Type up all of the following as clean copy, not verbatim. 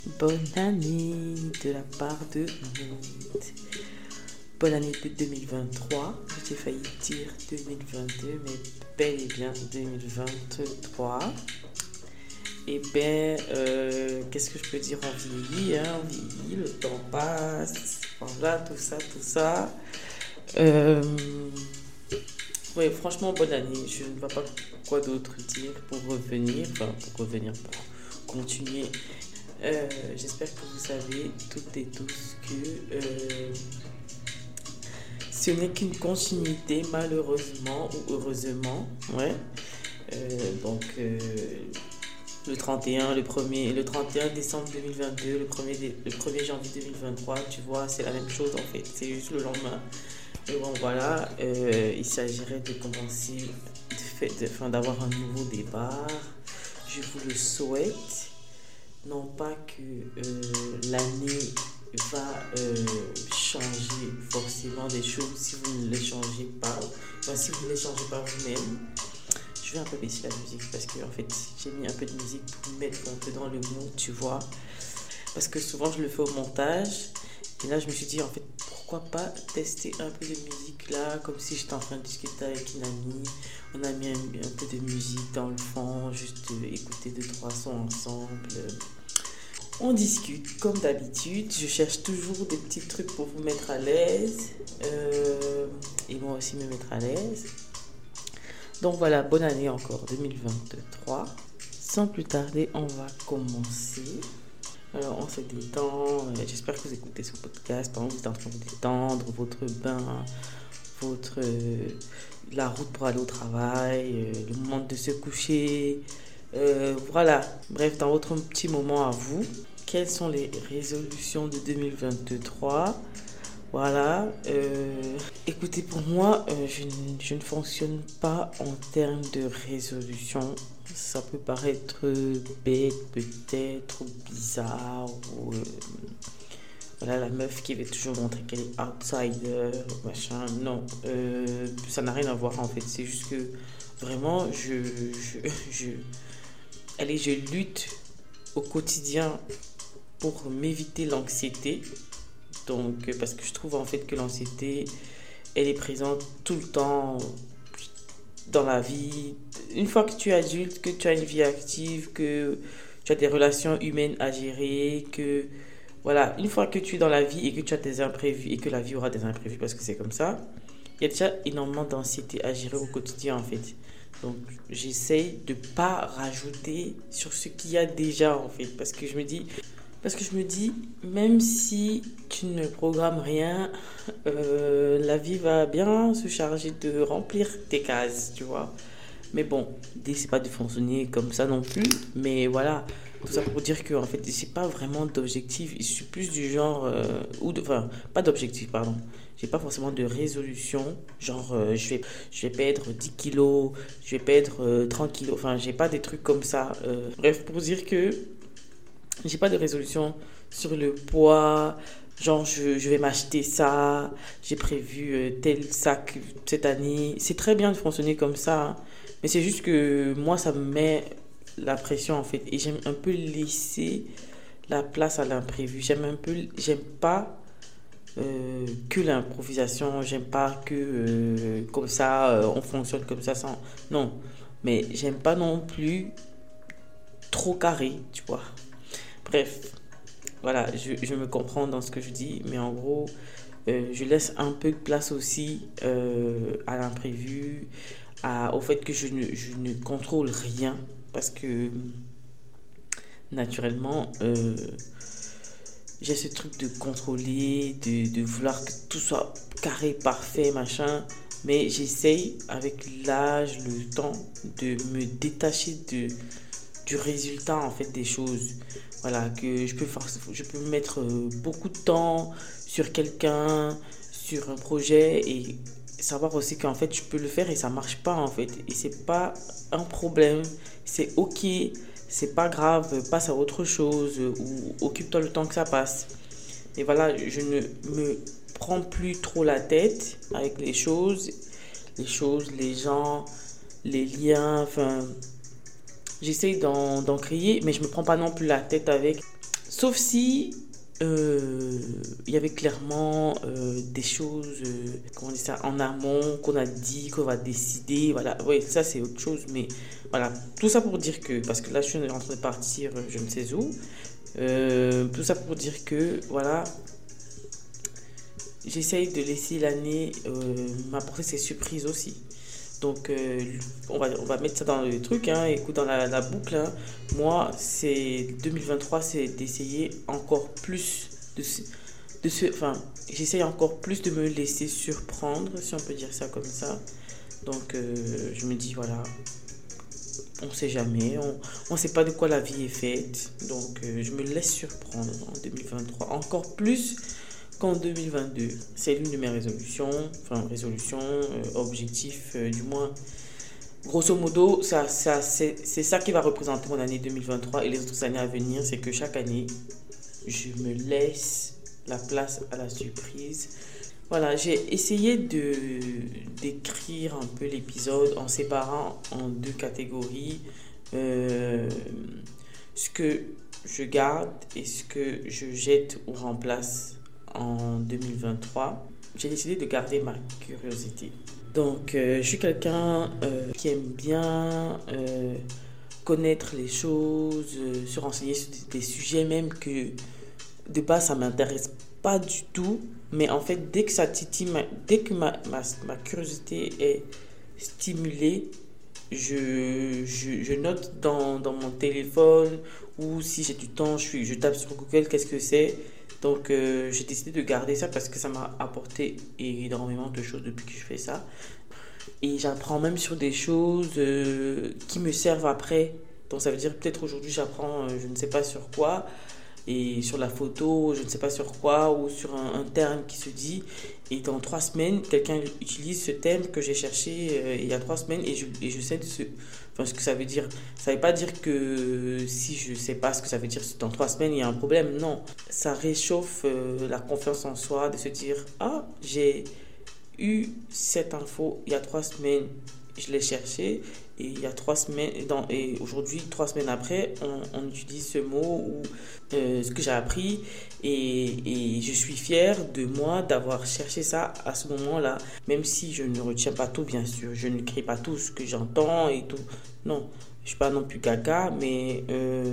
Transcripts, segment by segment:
Bonne année de la part de Maud. Bonne année de 2023. J'ai failli dire 2022, mais bel et bien 2023. Et ben, qu'est-ce que je peux dire? On vieillit, on vieillit, le temps passe. Voilà, tout ça. Oui, franchement, bonne année. Je ne vois pas quoi d'autre dire pour continuer. J'espère que vous savez toutes et tous que ce n'est qu'une continuité, malheureusement ou heureusement. Ouais. Le 31, le 31 décembre 2022, le 1er janvier 2023, tu vois, c'est la même chose en fait. C'est juste le lendemain. Et bon, voilà, il s'agirait de commencer, d'avoir un nouveau départ. Je vous le souhaite. Non pas que l'année va changer forcément des choses si vous ne les changez pas. Enfin, si vous ne les changez pas vous-même. Je vais un peu baisser la musique parce que en fait j'ai mis un peu de musique pour me mettre un peu dans le mood, tu vois. Parce que souvent je le fais au montage. Et là je me suis dit en fait pourquoi pas tester un peu de musique là, comme si j'étais en train de discuter avec une amie. On a mis un peu de musique dans le fond, juste écouter 2-3 sons ensemble. On discute comme d'habitude. Je cherche toujours des petits trucs pour vous mettre à l'aise. Et moi aussi me mettre à l'aise. Donc voilà, bonne année encore 2023. Sans plus tarder, on va commencer. Alors, on se détend. J'espère que vous écoutez ce podcast pendant que vous êtes en train de vous détendre, votre bain, la route pour aller au travail, le moment de se coucher. Voilà, bref, dans votre petit moment à vous. Quelles sont les résolutions de 2023? Voilà. Écoutez, pour moi, je ne fonctionne pas en termes de résolution. Ça peut paraître bête, peut-être, ou bizarre, ou voilà, la meuf qui veut toujours montrer qu'elle est outsider, machin. Non, ça n'a rien à voir en fait. C'est juste que vraiment, allez, je lutte au quotidien pour m'éviter l'anxiété. Donc, parce que je trouve en fait que l'anxiété, elle est présente tout le temps dans la vie. Une fois que tu es adulte, que tu as une vie active, que tu as des relations humaines à gérer, que voilà, une fois que tu es dans la vie et que tu as des imprévus et que la vie aura des imprévus parce que c'est comme ça, il y a déjà énormément d'anxiété à gérer au quotidien en fait. Donc, j'essaye de ne pas rajouter sur ce qu'il y a déjà en fait parce que je me dis, même si tu ne programmes rien, la vie va bien se charger de remplir tes cases, tu vois. Mais bon, l'idée, c'est pas de fonctionner comme ça non plus. Mais voilà, tout ça pour dire que, en fait, j'ai pas vraiment d'objectif. Je suis plus du genre, pas d'objectif, pardon. J'ai pas forcément de résolution. Genre, je vais perdre 10 kilos, je vais perdre 30 kilos. Enfin, j'ai pas des trucs comme ça. Bref, pour dire que j'ai pas de résolution sur le poids. Genre, je vais m'acheter ça. J'ai prévu tel sac cette année. C'est très bien de fonctionner comme ça, hein. Mais c'est juste que moi, ça me met la pression en fait. Et j'aime un peu laisser la place à l'imprévu. J'aime pas que l'improvisation. J'aime pas que comme ça, on fonctionne comme ça sans. Non. Mais j'aime pas non plus trop carré, tu vois. Bref, voilà, je me comprends dans ce que je dis, mais en gros, je laisse un peu de place aussi à l'imprévu, au fait que je ne contrôle rien, parce que naturellement, j'ai ce truc de contrôler, de vouloir que tout soit carré, parfait, machin, mais j'essaye avec l'âge, le temps, de me détacher du résultat en fait des choses. Voilà, que je peux mettre beaucoup de temps sur quelqu'un, sur un projet et savoir aussi qu'en fait je peux le faire et ça marche pas en fait. Et c'est pas un problème, c'est ok, c'est pas grave, passe à autre chose ou occupe-toi le temps que ça passe. Et voilà, je ne me prends plus trop la tête avec les gens, les liens, enfin. J'essaye d'en créer, mais je me prends pas non plus la tête avec. Sauf si il y avait clairement des choses, comment on dit ça, en amont, qu'on a dit, qu'on va décider. Voilà, oui, ça c'est autre chose. Mais voilà, tout ça pour dire que, parce que là je suis en train de partir, je ne sais où. Tout ça pour dire que, voilà, j'essaye de laisser l'année m'apporter ses surprises aussi. Donc, on va mettre ça dans le truc, hein, écoute, dans la boucle. Hein. Moi, c'est 2023, c'est d'essayer encore plus enfin, j'essaye encore plus de me laisser surprendre, si on peut dire ça comme ça. Donc, je me dis, voilà, on ne sait jamais, on ne sait pas de quoi la vie est faite. Donc, je me laisse surprendre en 2023, encore plus qu'en 2022. C'est l'une de mes objectifs, du moins. Grosso modo, c'est ça qui va représenter mon année 2023 et les autres années à venir. C'est que chaque année, je me laisse la place à la surprise. Voilà, j'ai essayé d'écrire un peu l'épisode en séparant en deux catégories. Ce que je garde et ce que je jette ou remplace en 2023. J'ai décidé de garder ma curiosité. Donc, je suis quelqu'un qui aime bien connaître les choses, se renseigner sur des sujets même que de base ça m'intéresse pas du tout. Mais en fait, dès que ça titille, dès que ma curiosité est stimulée, je note dans mon téléphone ou si j'ai du temps, je tape sur Google qu'est-ce que c'est. Donc, j'ai décidé de garder ça parce que ça m'a apporté énormément de choses depuis que je fais ça. Et j'apprends même sur des choses qui me servent après. Donc, ça veut dire peut-être aujourd'hui, j'apprends je ne sais pas sur quoi. Et sur la photo, je ne sais pas sur quoi, ou sur un terme qui se dit. Et dans 3 semaines, quelqu'un utilise ce terme que j'ai cherché il y a 3 semaines et je sais ce que ça veut dire. Ça ne veut pas dire que si je ne sais pas ce que ça veut dire dans 3 semaines, il y a un problème. Non, ça réchauffe la confiance en soi de se dire « Ah, j'ai eu cette info il y a 3 semaines, je l'ai cherché. » Et il y a 3 semaines, et aujourd'hui, 3 semaines après, on utilise ce mot ou ce que j'ai appris. Et je suis fière de moi d'avoir cherché ça à ce moment-là. Même si je ne retiens pas tout, bien sûr. Je ne crée pas tout ce que j'entends et tout. Non, je ne suis pas non plus gaga, mais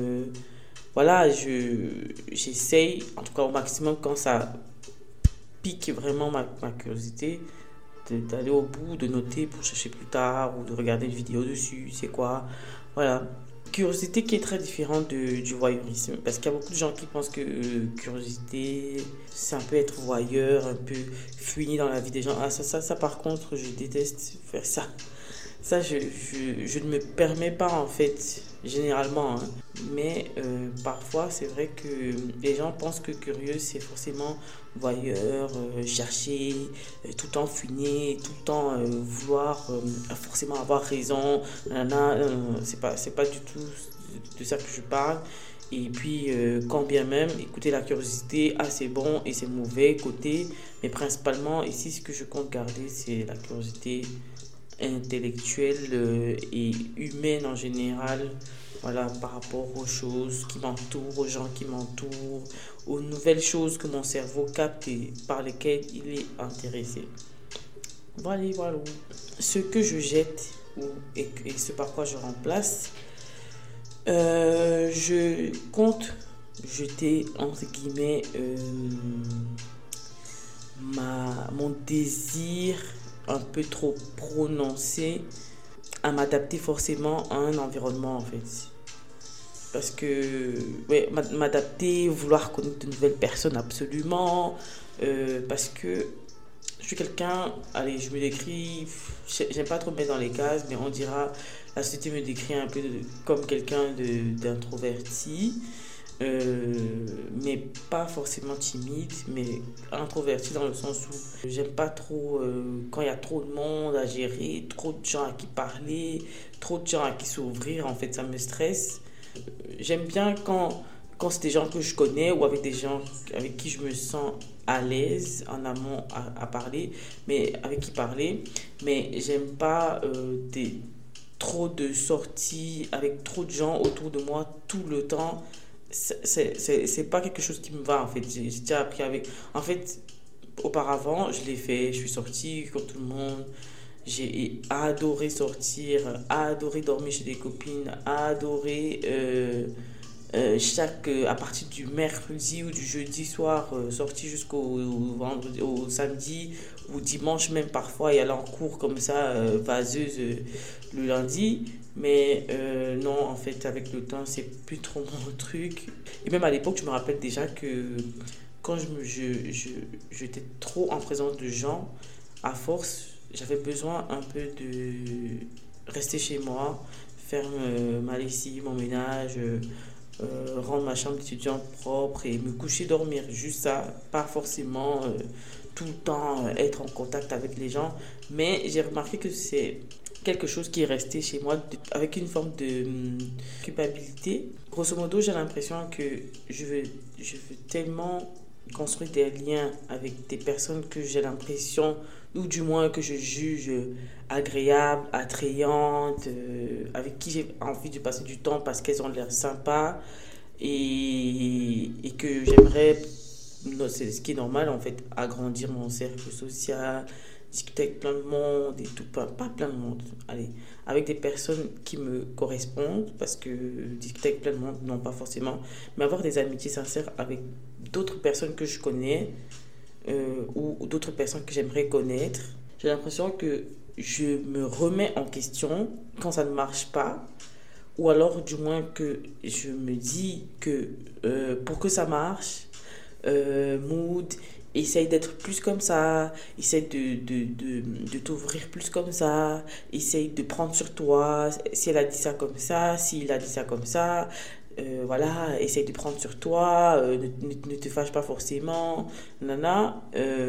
voilà, j'essaye, en tout cas au maximum, quand ça pique vraiment ma curiosité, d'aller au bout, de noter pour chercher plus tard ou de regarder une vidéo dessus, c'est quoi. Voilà. Curiosité qui est très différente du voyeurisme. Parce qu'il y a beaucoup de gens qui pensent que curiosité, c'est un peu être voyeur, un peu fouiner dans la vie des gens. Ah, ça par contre, je déteste faire ça. Ça, je ne me permets pas en fait, généralement. Hein. Mais parfois, c'est vrai que les gens pensent que curieux, c'est forcément voyeur, chercher, tout le temps fouiner, tout le temps vouloir forcément avoir raison. C'est pas du tout de ça que je parle. Et puis, quand bien même, écoutez, la curiosité, c'est bon et c'est mauvais côté. Mais principalement, ici, ce que je compte garder, c'est la curiosité intellectuelle et humaine en général, voilà, par rapport aux choses qui m'entourent, aux gens qui m'entourent, aux nouvelles choses que mon cerveau capte et par lesquelles il est intéressé. Voilà. Ce que je jette et ce par quoi je remplace, je compte jeter entre guillemets mon désir un peu trop prononcé à m'adapter forcément à un environnement en fait. Parce que m'adapter, vouloir connaître de nouvelles personnes absolument, parce que je suis quelqu'un, allez, je me décris, j'aime pas trop me mettre dans les cases, mais on dira, la société me décrit un peu comme quelqu'un d'introverti. Mais pas forcément timide, mais introverti dans le sens où j'aime pas trop quand il y a trop de monde à gérer, trop de gens à qui parler, trop de gens à qui s'ouvrir, en fait ça me stresse. J'aime bien quand c'est des gens que je connais ou avec des gens avec qui je me sens à l'aise en amont à parler, mais avec qui parler, mais j'aime pas trop de sorties avec trop de gens autour de moi tout le temps. c'est pas quelque chose qui me va en fait. J'ai déjà appris avec. En fait, auparavant, je l'ai fait, je suis sortie comme tout le monde. J'ai adoré sortir, adoré dormir chez des copines, adoré à partir du mercredi ou du jeudi soir, sortir jusqu'au vendredi, au samedi ou dimanche même parfois et aller en cours comme ça, vaseuse le lundi. Mais non, en fait, avec le temps, c'est plus trop mon truc. Et même à l'époque, je me rappelle déjà que quand j'étais trop en présence de gens, à force, j'avais besoin un peu de rester chez moi, faire ma lessive, mon ménage, rendre ma chambre d'étudiant propre et me coucher, dormir. Juste ça, pas forcément tout le temps être en contact avec les gens. Mais j'ai remarqué que c'est quelque chose qui est resté chez moi avec une forme de culpabilité. Grosso modo, j'ai l'impression que je veux tellement construire des liens avec des personnes que j'ai l'impression, ou du moins que je juge agréables, attrayantes, avec qui j'ai envie de passer du temps parce qu'elles ont l'air sympas et que j'aimerais, non, c'est ce qui est normal en fait, agrandir mon cercle social, discuter avec plein de monde et tout, pas plein de monde, allez, avec des personnes qui me correspondent, parce que discuter avec plein de monde, non pas forcément, mais avoir des amitiés sincères avec d'autres personnes que je connais ou d'autres personnes que j'aimerais connaître. J'ai l'impression que je me remets en question quand ça ne marche pas, ou alors du moins que je me dis que pour que ça marche, mood, essaye d'être plus comme ça, essaye de t'ouvrir plus comme ça, essaye de prendre sur toi, si elle a dit ça comme ça, s'il a dit ça comme ça, voilà, essaye de prendre sur toi, ne te fâche pas forcément, nana,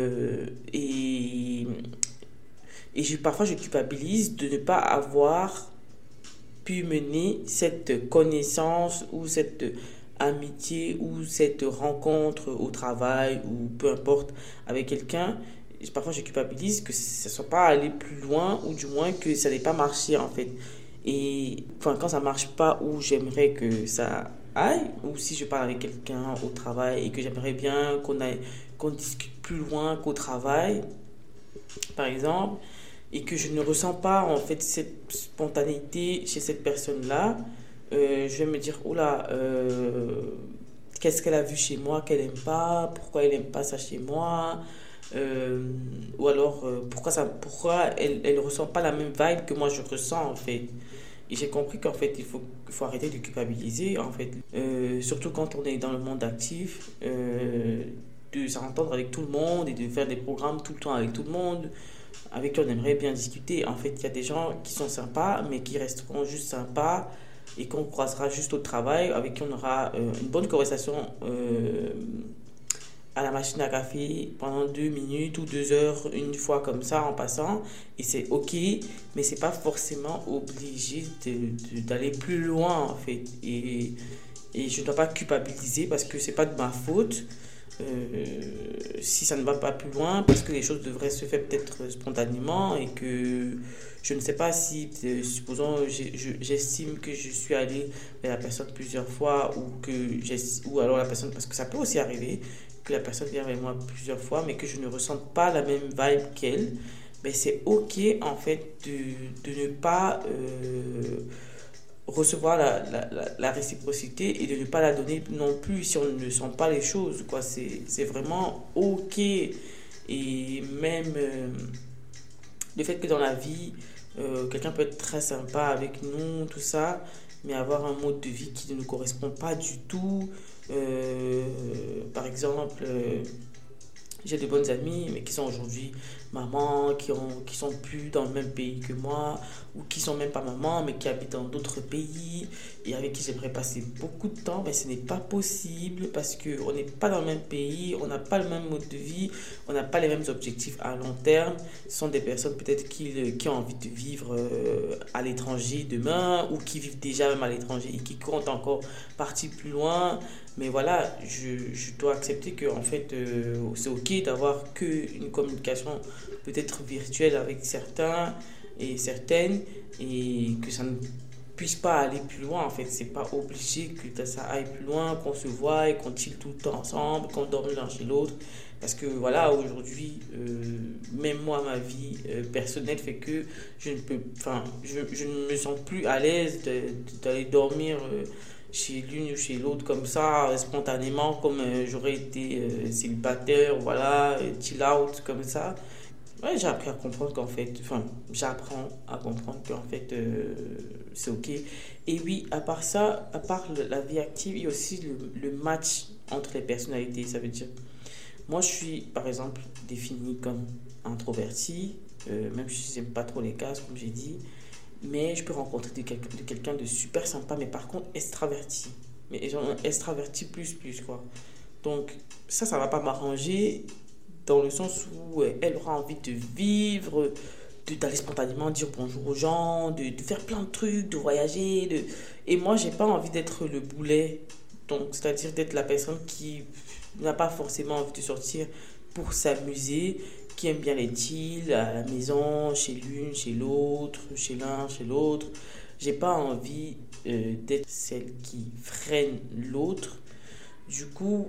parfois je culpabilise de ne pas avoir pu mener cette connaissance ou cette amitié ou cette rencontre au travail ou peu importe avec quelqu'un. Parfois je culpabilise que ça ne soit pas allé plus loin ou du moins que ça n'ait pas marché en fait. Et enfin, quand ça ne marche pas où j'aimerais que ça aille, ou si je parle avec quelqu'un au travail et que j'aimerais bien qu'on discute plus loin qu'au travail, par exemple, et que je ne ressens pas en fait cette spontanéité chez cette personne-là, je vais me dire, oh là, qu'est-ce qu'elle a vu chez moi qu'elle n'aime pas, pourquoi elle n'aime pas ça chez moi, ou alors pourquoi elle ne ressent pas la même vibe que moi je ressens en fait. Et j'ai compris qu'en fait, il faut arrêter de culpabiliser, en fait. Surtout quand on est dans le monde actif, de s'entendre avec tout le monde et de faire des programmes tout le temps avec tout le monde, avec qui on aimerait bien discuter. En fait, il y a des gens qui sont sympas, mais qui resteront juste sympas et qu'on croisera juste au travail, avec qui on aura une bonne conversation à la machine à café pendant 2 minutes ou 2 heures, une fois comme ça en passant, et c'est ok, mais c'est pas forcément obligé d'aller plus loin en fait. Et je ne dois pas culpabiliser parce que c'est pas de ma faute si ça ne va pas plus loin, parce que les choses devraient se faire peut-être spontanément et que je ne sais pas si, supposons, j'estime que je suis allé vers la personne plusieurs fois ou alors la personne, parce que ça peut aussi arriver que la personne vient vers moi plusieurs fois mais que je ne ressente pas la même vibe qu'elle, mais c'est ok en fait de ne pas recevoir la réciprocité et de ne pas la donner non plus si on ne sent pas les choses, quoi. C'est vraiment ok. Et même le fait que dans la vie, quelqu'un peut être très sympa avec nous, tout ça, mais avoir un mode de vie qui ne nous correspond pas du tout. Par exemple, j'ai de bonnes amies, mais qui sont aujourd'hui mamans, qui sont plus dans le même pays que moi, ou qui sont même pas mamans, mais qui habitent dans d'autres pays, et avec qui j'aimerais passer beaucoup de temps, mais ce n'est pas possible, parce qu'on n'est pas dans le même pays, on n'a pas le même mode de vie, on n'a pas les mêmes objectifs à long terme. Ce sont des personnes peut-être qui ont envie de vivre à l'étranger demain, ou qui vivent déjà même à l'étranger, et qui comptent encore partir plus loin. Mais voilà, je dois accepter que en fait, c'est ok d'avoir qu'une communication peut-être virtuelle avec certains et certaines, et que ça ne puisse pas aller plus loin en fait. C'est pas obligé que ça aille plus loin, qu'on se voit et qu'on chill tout le temps ensemble, qu'on dorme l'un chez l'autre. Parce que voilà, aujourd'hui, même moi, ma vie personnelle fait que je ne me sens plus à l'aise d'aller dormir chez l'une ou chez l'autre comme ça, spontanément, comme j'aurais été célibataire, voilà, chill out comme ça. Ouais, j'ai appris à comprendre qu'en fait, enfin, j'apprends à comprendre qu'en fait, c'est ok. Et oui, à part ça, à part la vie active, il y a aussi le match entre les personnalités. Ça veut dire, moi, je suis, par exemple, défini comme introverti, même si j'aime pas trop les cases, comme j'ai dit, mais je peux rencontrer quelqu'un de super sympa, mais par contre, extraverti. Mais genre, extraverti plus, quoi. Donc, ça va pas m'arranger dans le sens où elle aura envie de vivre, d'aller spontanément dire bonjour aux gens, de faire plein de trucs, de voyager. Et moi, j'ai pas envie d'être le boulet. Donc, c'est-à-dire d'être la personne qui n'a pas forcément envie de sortir pour s'amuser, qui aime bien les deals à la maison, chez l'une, chez l'autre, chez l'un, chez l'autre. J'ai pas envie d'être celle qui freine l'autre. Du coup,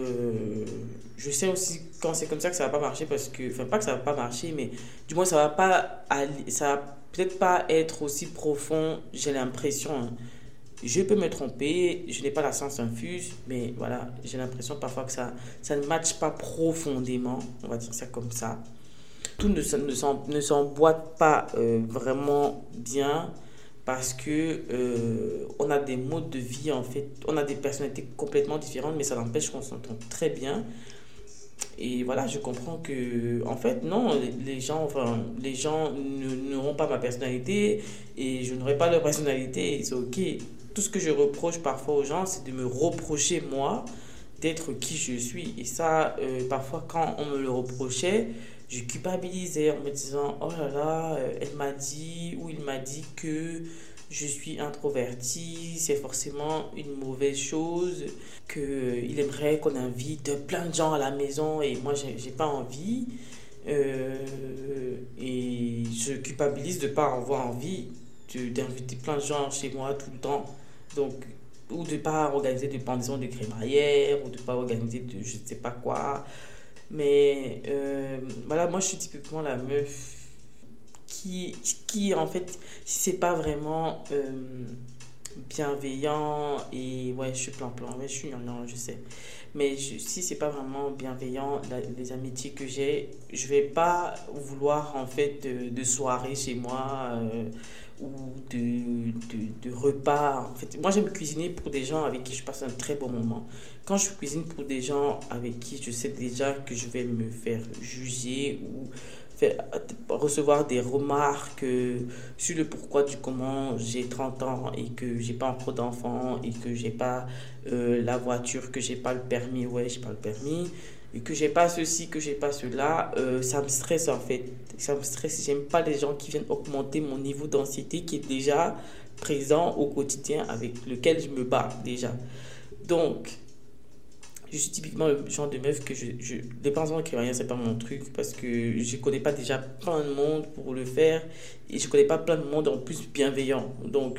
je sais aussi quand c'est comme ça que ça va pas marcher parce que, enfin pas que ça va pas marcher, mais du moins ça va pas ça va peut-être pas être aussi profond, j'ai l'impression, hein. Je peux me tromper, je n'ai pas la science infuse, mais voilà, j'ai l'impression parfois que ça ne matche pas profondément, on va dire ça comme ça. Tout ne s'emboîte pas vraiment bien parce que on a des modes de vie en fait, on a des personnalités complètement différentes, mais ça n'empêche qu'on s'entend très bien. Et voilà, je comprends que en fait non, les gens n'auront pas ma personnalité et je n'aurai pas leur personnalité, et c'est ok. Tout ce que je reproche parfois aux gens, c'est de me reprocher moi d'être qui je suis. Et ça, parfois quand on me le reprochait, je culpabilisais en me disant, oh là là, elle m'a dit ou il m'a dit que je suis introverti, c'est forcément une mauvaise chose, qu'il aimerait qu'on invite plein de gens à la maison et moi j'ai pas envie. Et je culpabilise de ne pas avoir envie d'inviter plein de gens chez moi tout le temps. Donc, ou de ne pas organiser de pendaison de crémaillère, ou de ne pas organiser de je ne sais pas quoi. Mais voilà, moi je suis typiquement la meuf qui en fait, si c'est pas vraiment bienveillant, et ouais, je suis plan-plan, ouais, je suis non, je sais. Mais si c'est pas vraiment bienveillant, les amitiés que j'ai, je vais pas vouloir en fait de soirée chez moi ou de repas. En fait, moi j'aime cuisiner pour des gens avec qui je passe un très bon moment. Quand je cuisine pour des gens avec qui je sais déjà que je vais me faire juger ou faire, recevoir des remarques sur le pourquoi du comment j'ai 30 ans et que j'ai pas encore d'enfants et que j'ai pas la voiture, que j'ai pas le permis, ouais, j'ai pas le permis, et que j'ai pas ceci, que j'ai pas cela, ça me stresse en fait. Ça me stresse. J'aime pas les gens qui viennent augmenter mon niveau d'anxiété qui est déjà présent au quotidien avec lequel je me bats déjà. Donc, je suis typiquement le genre de meuf que les pensements qui rien, c'est pas mon truc parce que je connais pas déjà plein de monde pour le faire et je connais pas plein de monde en plus bienveillant. Donc,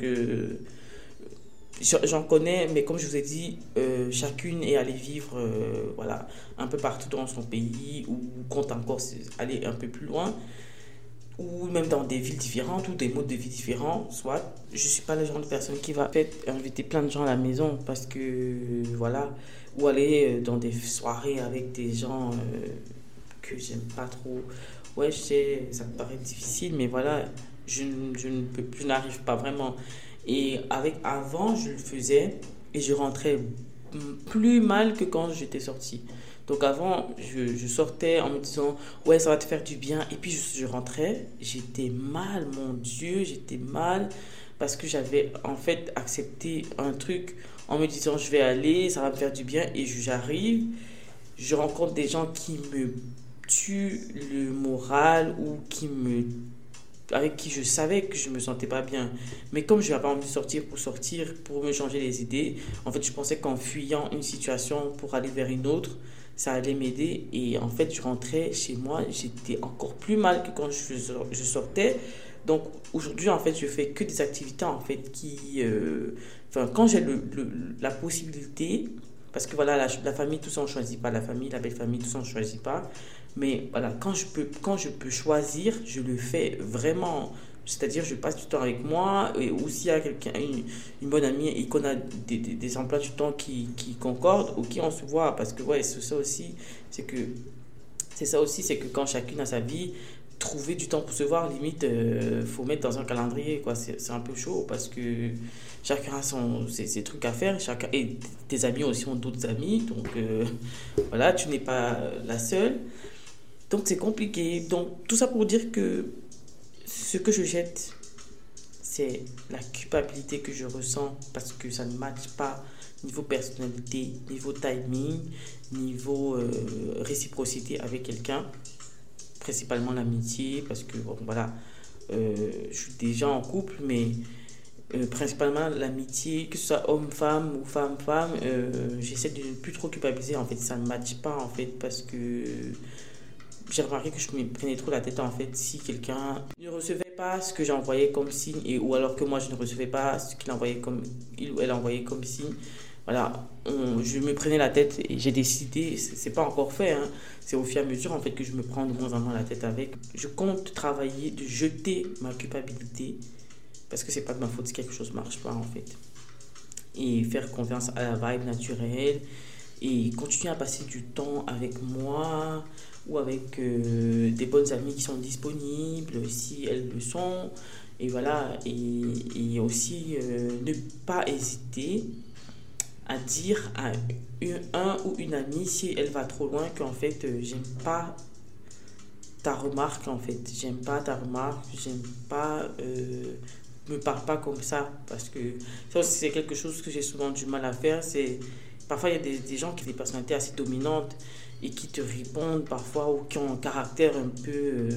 j'en connais, mais comme je vous ai dit, chacune est allée vivre voilà, un peu partout dans son pays ou compte encore aller un peu plus loin ou même dans des villes différentes ou des modes de vie différents, soit je suis pas le genre de personne qui va peut-être inviter plein de gens à la maison parce que voilà, ou aller dans des soirées avec des gens que j'aime pas trop. Ouais, je sais, ça me paraît difficile, mais voilà, je n'arrive pas vraiment. Et avant, je le faisais et je rentrais plus mal que quand j'étais sortie. Donc avant, je sortais en me disant, ouais, ça va te faire du bien. Et puis je rentrais, j'étais mal, mon Dieu, j'étais mal parce que j'avais en fait accepté un truc en me disant, je vais aller, ça va me faire du bien. Et j'arrive, je rencontre des gens qui me tuent le moral ou avec qui je savais que je me sentais pas bien. Mais comme je n'avais pas envie de sortir, pour me changer les idées, en fait, je pensais qu'en fuyant une situation pour aller vers une autre, ça allait m'aider. Et en fait, je rentrais chez moi, j'étais encore plus mal que quand je sortais. Donc aujourd'hui, en fait, je fais que des activités en fait enfin, quand j'ai la possibilité, parce que voilà, la famille, tout ça, on ne choisit pas. La famille, la belle famille, tout ça, on ne choisit pas. Mais voilà, quand je peux choisir, je le fais vraiment. C'est-à-dire, je passe du temps avec moi, et ou s'il y a quelqu'un, une bonne amie, et qu'on a des emplois du temps qui concordent, ou qui on se voit. Parce que, ouais, c'est que c'est ça aussi, c'est que quand chacune a sa vie, trouver du temps pour se voir, limite, faut mettre dans un calendrier, quoi. C'est un peu chaud parce que chacun a ses trucs à faire, et tes amis aussi ont d'autres amis, donc voilà, tu n'es pas la seule. Donc c'est compliqué. Donc tout ça pour dire que ce que je jette, c'est la culpabilité que je ressens parce que ça ne matche pas niveau personnalité, niveau timing, niveau réciprocité avec quelqu'un, principalement l'amitié, parce que bon, voilà, je suis déjà en couple, mais principalement l'amitié, que ce soit homme-femme ou femme-femme, j'essaie de ne plus trop culpabiliser, en fait, ça ne matche pas, en fait, parce que j'ai remarqué que je me prenais trop la tête en fait si quelqu'un ne recevait pas ce que j'envoyais comme signe ou alors que moi je ne recevais pas ce qu'il envoyait comme il ou elle envoyait comme signe. Voilà, je me prenais la tête et j'ai décidé, c'est pas encore fait, hein, c'est au fur et à mesure en fait que je me prends de moins en moins la tête avec. Je compte travailler, de jeter ma culpabilité parce que c'est pas de ma faute si quelque chose marche pas en fait. Et faire confiance à la vibe naturelle et continuer à passer du temps avec moi ou avec des bonnes amies qui sont disponibles si elles le sont. Et voilà, et aussi ne pas hésiter à dire à un ou une amie si elle va trop loin qu'en fait j'aime pas ta remarque en fait, j'aime pas ta remarque, j'aime pas, me parle pas comme ça parce que ça aussi c'est quelque chose que j'ai souvent du mal à faire, c'est parfois il y a des gens qui ont des personnalités assez dominantes et qui te répondent parfois ou qui ont un caractère un peu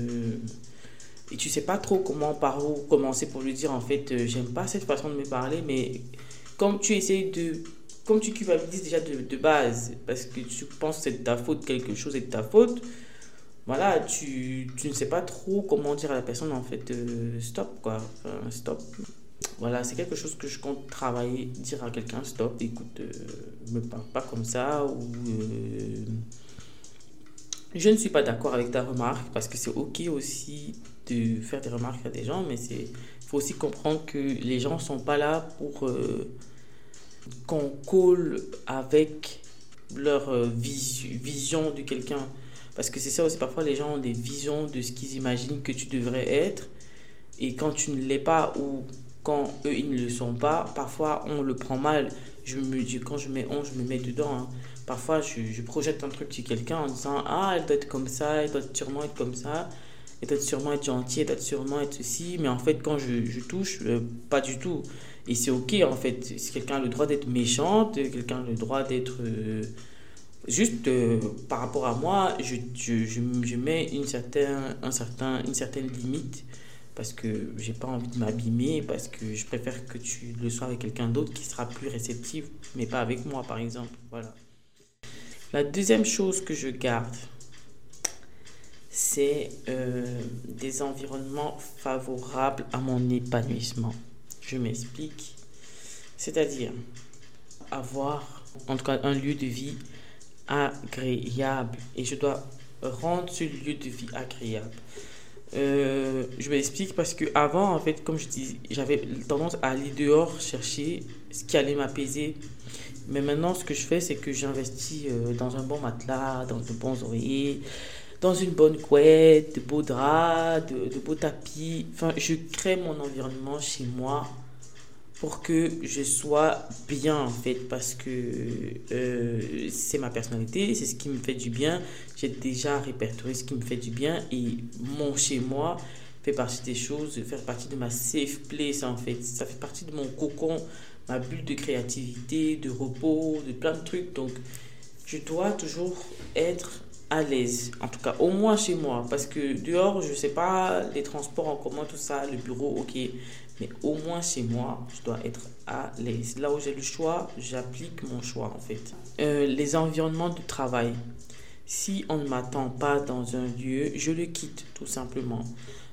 et tu sais pas trop par où commencer pour lui dire en fait j'aime pas cette façon de me parler, mais comme tu essayes de comme tu culpabilises déjà de base parce que tu penses que c'est de ta faute, quelque chose est de ta faute, voilà, tu ne sais pas trop comment dire à la personne en fait stop quoi. Enfin, stop. Voilà, c'est quelque chose que je compte travailler, dire à quelqu'un stop, écoute, me parle pas comme ça ou je ne suis pas d'accord avec ta remarque parce que c'est ok aussi de faire des remarques à des gens, mais faut aussi comprendre que les gens sont pas là pour qu'on colle avec leur vision de quelqu'un. Parce que c'est ça aussi, parfois les gens ont des visions de ce qu'ils imaginent que tu devrais être. Et quand tu ne l'es pas ou quand eux ils ne le sont pas, parfois on le prend mal. Quand je mets on, je me mets dedans, hein. Parfois je projette un truc sur quelqu'un en disant ah, elle doit être comme ça, elle doit sûrement être comme ça, elle doit sûrement être gentille, elle doit sûrement être ceci. Mais en fait, quand je touche, pas du tout. Et c'est ok en fait. Si quelqu'un a le droit d'être méchante, quelqu'un a le droit d'être. Juste par rapport à moi, je mets une certaine limite parce que j'ai pas envie de m'abîmer, parce que je préfère que tu le sois avec quelqu'un d'autre qui sera plus réceptif, mais pas avec moi par exemple. Voilà. La deuxième chose que je garde, c'est des environnements favorables à mon épanouissement. Je m'explique. C'est-à-dire avoir en tout cas un lieu de vie agréable et je dois rendre ce lieu de vie agréable. Je m'explique parce que avant en fait comme je dis j'avais tendance à aller dehors chercher ce qui allait m'apaiser, mais maintenant ce que je fais c'est que j'investis dans un bon matelas, dans de bons oreillers, dans une bonne couette, de beaux draps, de beaux tapis, enfin je crée mon environnement chez moi pour que je sois bien en fait parce que c'est ma personnalité, c'est ce qui me fait du bien. J'ai déjà répertorié ce qui me fait du bien et mon chez moi fait partie des choses, fait partie de ma safe place en fait. Ça fait partie de mon cocon, ma bulle de créativité, de repos, de plein de trucs. Donc je dois toujours être à l'aise, en tout cas au moins chez moi parce que dehors je sais pas, les transports en commun tout ça, le bureau ok, mais au moins chez moi je dois être à l'aise. Là où j'ai le choix, j'applique mon choix en fait. Les environnements de travail, si on ne m'attend pas dans un lieu, je le quitte tout simplement.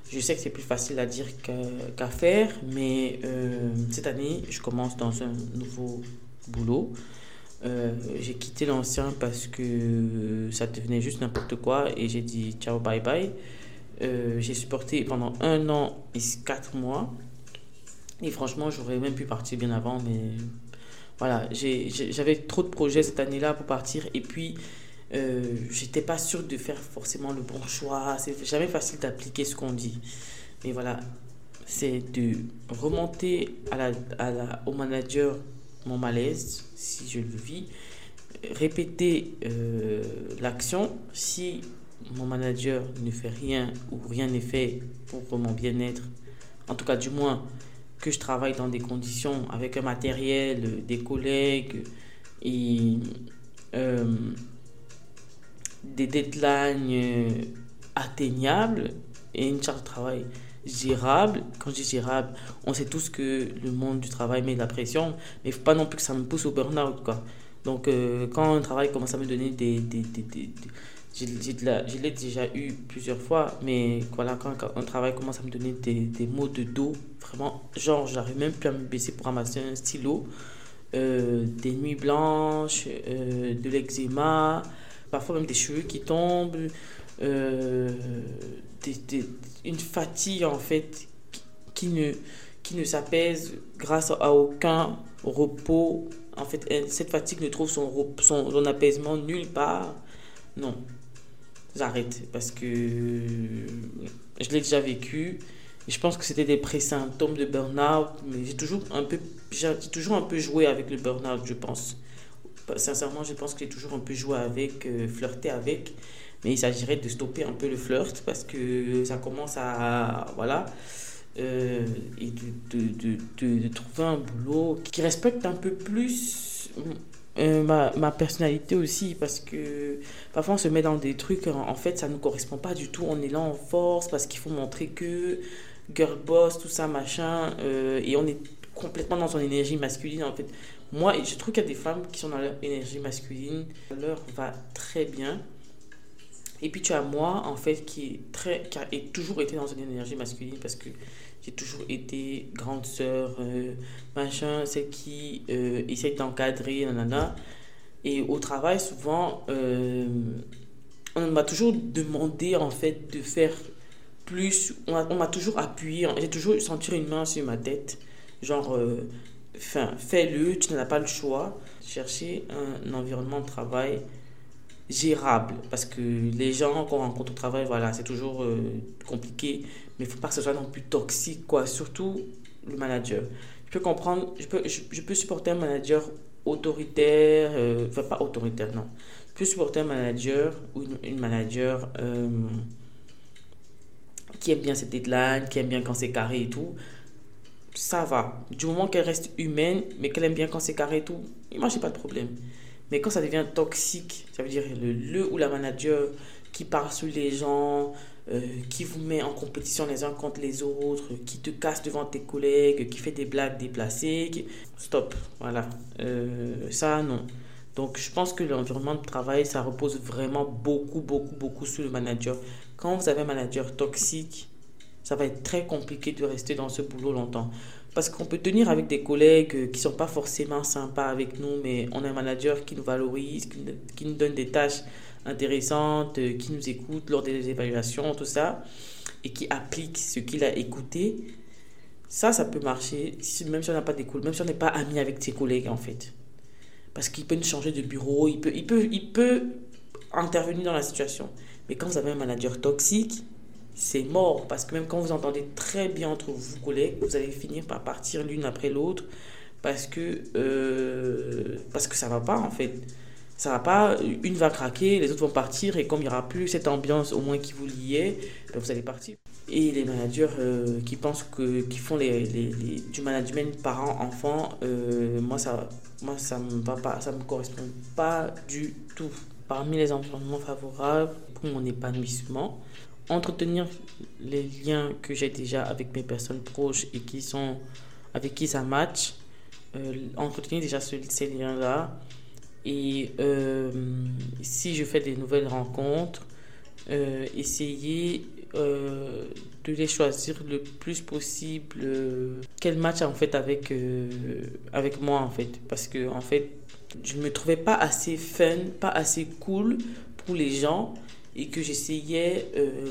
Je sais que c'est plus facile à dire qu'à faire, mais cette année, je commence dans un nouveau boulot. J'ai quitté l'ancien parce que ça devenait juste n'importe quoi et j'ai dit ciao, bye bye. J'ai supporté pendant 1 an et 4 mois. Et franchement, j'aurais même pu partir bien avant, mais voilà, j'avais trop de projets cette année-là pour partir. Et puis, j'étais pas sûre de faire forcément le bon choix. C'est jamais facile d'appliquer ce qu'on dit. Mais voilà, c'est de remonter au manager mon malaise, si je le vis, répéter l'action. Si mon manager ne fait rien ou rien n'est fait pour mon bien-être, en tout cas du moins que je travaille dans des conditions avec un matériel, des collègues et euh, des deadlines atteignables et une charge de travail gérable. Quand je dis gérable, on sait tous que le monde du travail met de la pression, mais il ne faut pas non plus que ça me pousse au burn-out, quoi. Donc, quand un travail commence à me donner je l'ai déjà eu plusieurs fois, mais voilà, quand un travail commence à me donner des maux de dos, vraiment, genre, j'arrive même plus à me baisser pour ramasser un stylo, des nuits blanches, de l'eczéma, parfois même des cheveux qui tombent, euh, une fatigue en fait qui ne s'apaise grâce à aucun repos. En fait, cette fatigue ne trouve son apaisement nulle part. Non, j'arrête parce que je l'ai déjà vécu. Et je pense que c'était des pré-symptômes de burn-out, mais j'ai toujours un peu joué avec le burn-out, je pense. Sincèrement, je pense que j'ai toujours un peu joué avec, flirté avec. Mais il s'agirait de stopper un peu le flirt parce que ça commence à. Voilà. Et de trouver un boulot qui respecte un peu plus ma personnalité aussi. Parce que parfois on se met dans des trucs, en fait, ça ne nous correspond pas du tout. On est là en force parce qu'il faut montrer que girl boss, tout ça, machin. Et on est complètement dans son énergie masculine en fait. Moi, je trouve qu'il y a des femmes qui sont dans leur énergie masculine, ça leur va très bien. Et puis tu as moi, en fait, qui a toujours été dans une énergie masculine parce que j'ai toujours été grande sœur, machin, celle qui essaye d'encadrer, nanana. Et au travail, souvent, on m'a toujours demandé, en fait, de faire plus. On m'a toujours appuyé, j'ai toujours senti une main sur ma tête. Genre, enfin, fais-le, tu n'as pas le choix. Chercher un environnement de travail gérable parce que les gens qu'on rencontre au travail, voilà, c'est toujours compliqué, mais il ne faut pas que ce soit non plus toxique, quoi. Surtout le manager. Je peux comprendre, je peux supporter un manager autoritaire, enfin pas autoritaire, non. Je peux supporter un manager ou une manager qui aime bien ses deadlines, qui aime bien quand c'est carré et tout. Ça va. Du moment qu'elle reste humaine, mais qu'elle aime bien quand c'est carré et tout, moi, j'ai pas de problème. Mais quand ça devient toxique, ça veut dire le ou la manager qui parle sur les gens, qui vous met en compétition les uns contre les autres, qui te casse devant tes collègues, qui fait des blagues déplacées, stop, voilà. Ça, non. Donc, je pense que l'environnement de travail, ça repose vraiment beaucoup, beaucoup, beaucoup sur le manager. Quand vous avez un manager toxique, ça va être très compliqué de rester dans ce boulot longtemps. Parce qu'on peut tenir avec des collègues qui ne sont pas forcément sympas avec nous, mais on a un manager qui nous valorise, qui nous donne des tâches intéressantes, qui nous écoute lors des évaluations, tout ça, et qui applique ce qu'il a écouté. Ça peut marcher, même si on n'a pas d'école, même si on n'est pas ami avec ses collègues, en fait. Parce qu'il peut nous changer de bureau, il peut intervenir dans la situation. Mais quand vous avez un manager toxique, c'est mort. Parce que même quand vous entendez très bien entre vous, collègues, vous allez finir par partir l'une après l'autre parce que ça va pas, en fait. Ça va pas, une va craquer, les autres vont partir et comme il n'y aura plus cette ambiance au moins qui vous liait, ben vous allez partir. Et les managers qui font du management parents-enfants, moi ça me va pas, ça me correspond pas du tout. Parmi les environnements favorables pour mon épanouissement, entretenir les liens que j'ai déjà avec mes personnes proches et avec qui ça match, entretenir déjà ces liens-là. Et si je fais des nouvelles rencontres, essayer de les choisir le plus possible, quel match en fait avec moi en fait. Parce que en fait, je ne me trouvais pas assez fun, pas assez cool pour les gens et que j'essayais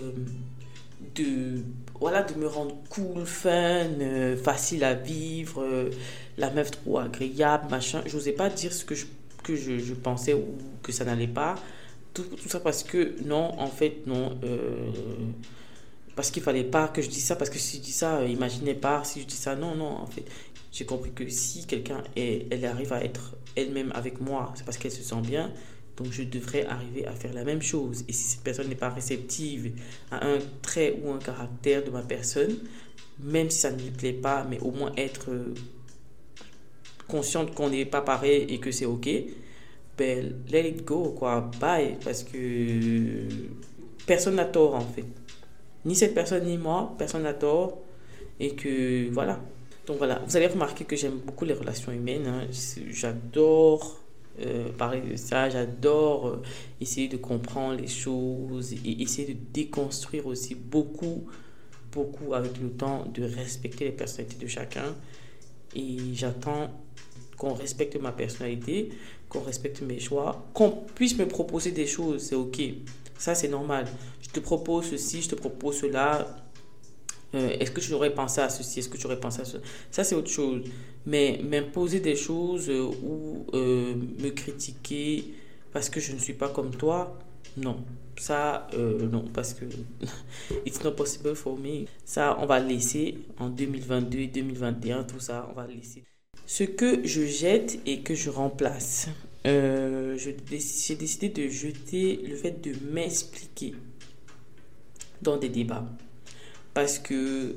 de, voilà, de me rendre cool, fun, facile à vivre, la meuf trop agréable, machin. J'osais pas dire ce que je pensais ou que ça n'allait pas. Tout ça parce que non, en fait, non. Parce qu'il fallait pas que je dise ça, parce que si je dis ça, imaginez pas, si je dis ça, non, non, en fait. J'ai compris que si quelqu'un, elle arrive à être elle-même avec moi, c'est parce qu'elle se sent bien. Donc je devrais arriver à faire la même chose. Et si cette personne n'est pas réceptive à un trait ou un caractère de ma personne, même si ça ne lui plaît pas, mais au moins être consciente qu'on n'est pas pareil et que c'est ok, ben let it go, quoi, bye. Parce que personne n'a tort en fait. Ni cette personne ni moi, personne n'a tort. Et que voilà. Donc voilà, vous allez remarquer que j'aime beaucoup les relations humaines, hein. J'adore parler de ça, j'adore essayer de comprendre les choses et essayer de déconstruire aussi beaucoup, beaucoup avec le temps, de respecter les personnalités de chacun. Et j'attends qu'on respecte ma personnalité, qu'on respecte mes choix, qu'on puisse me proposer des choses, c'est ok. Ça, c'est normal. Je te propose ceci, je te propose cela. Est-ce que tu aurais pensé à ceci? Est-ce que tu aurais pensé à cela? Ça, c'est autre chose. Mais m'imposer des choses ou me critiquer parce que je ne suis pas comme toi, non. Ça, non, parce que it's not possible for me. Ça, on va laisser en 2022 et 2021, tout ça, on va laisser. Ce que je jette et que je remplace, j'ai décidé de jeter le fait de m'expliquer dans des débats. Parce que,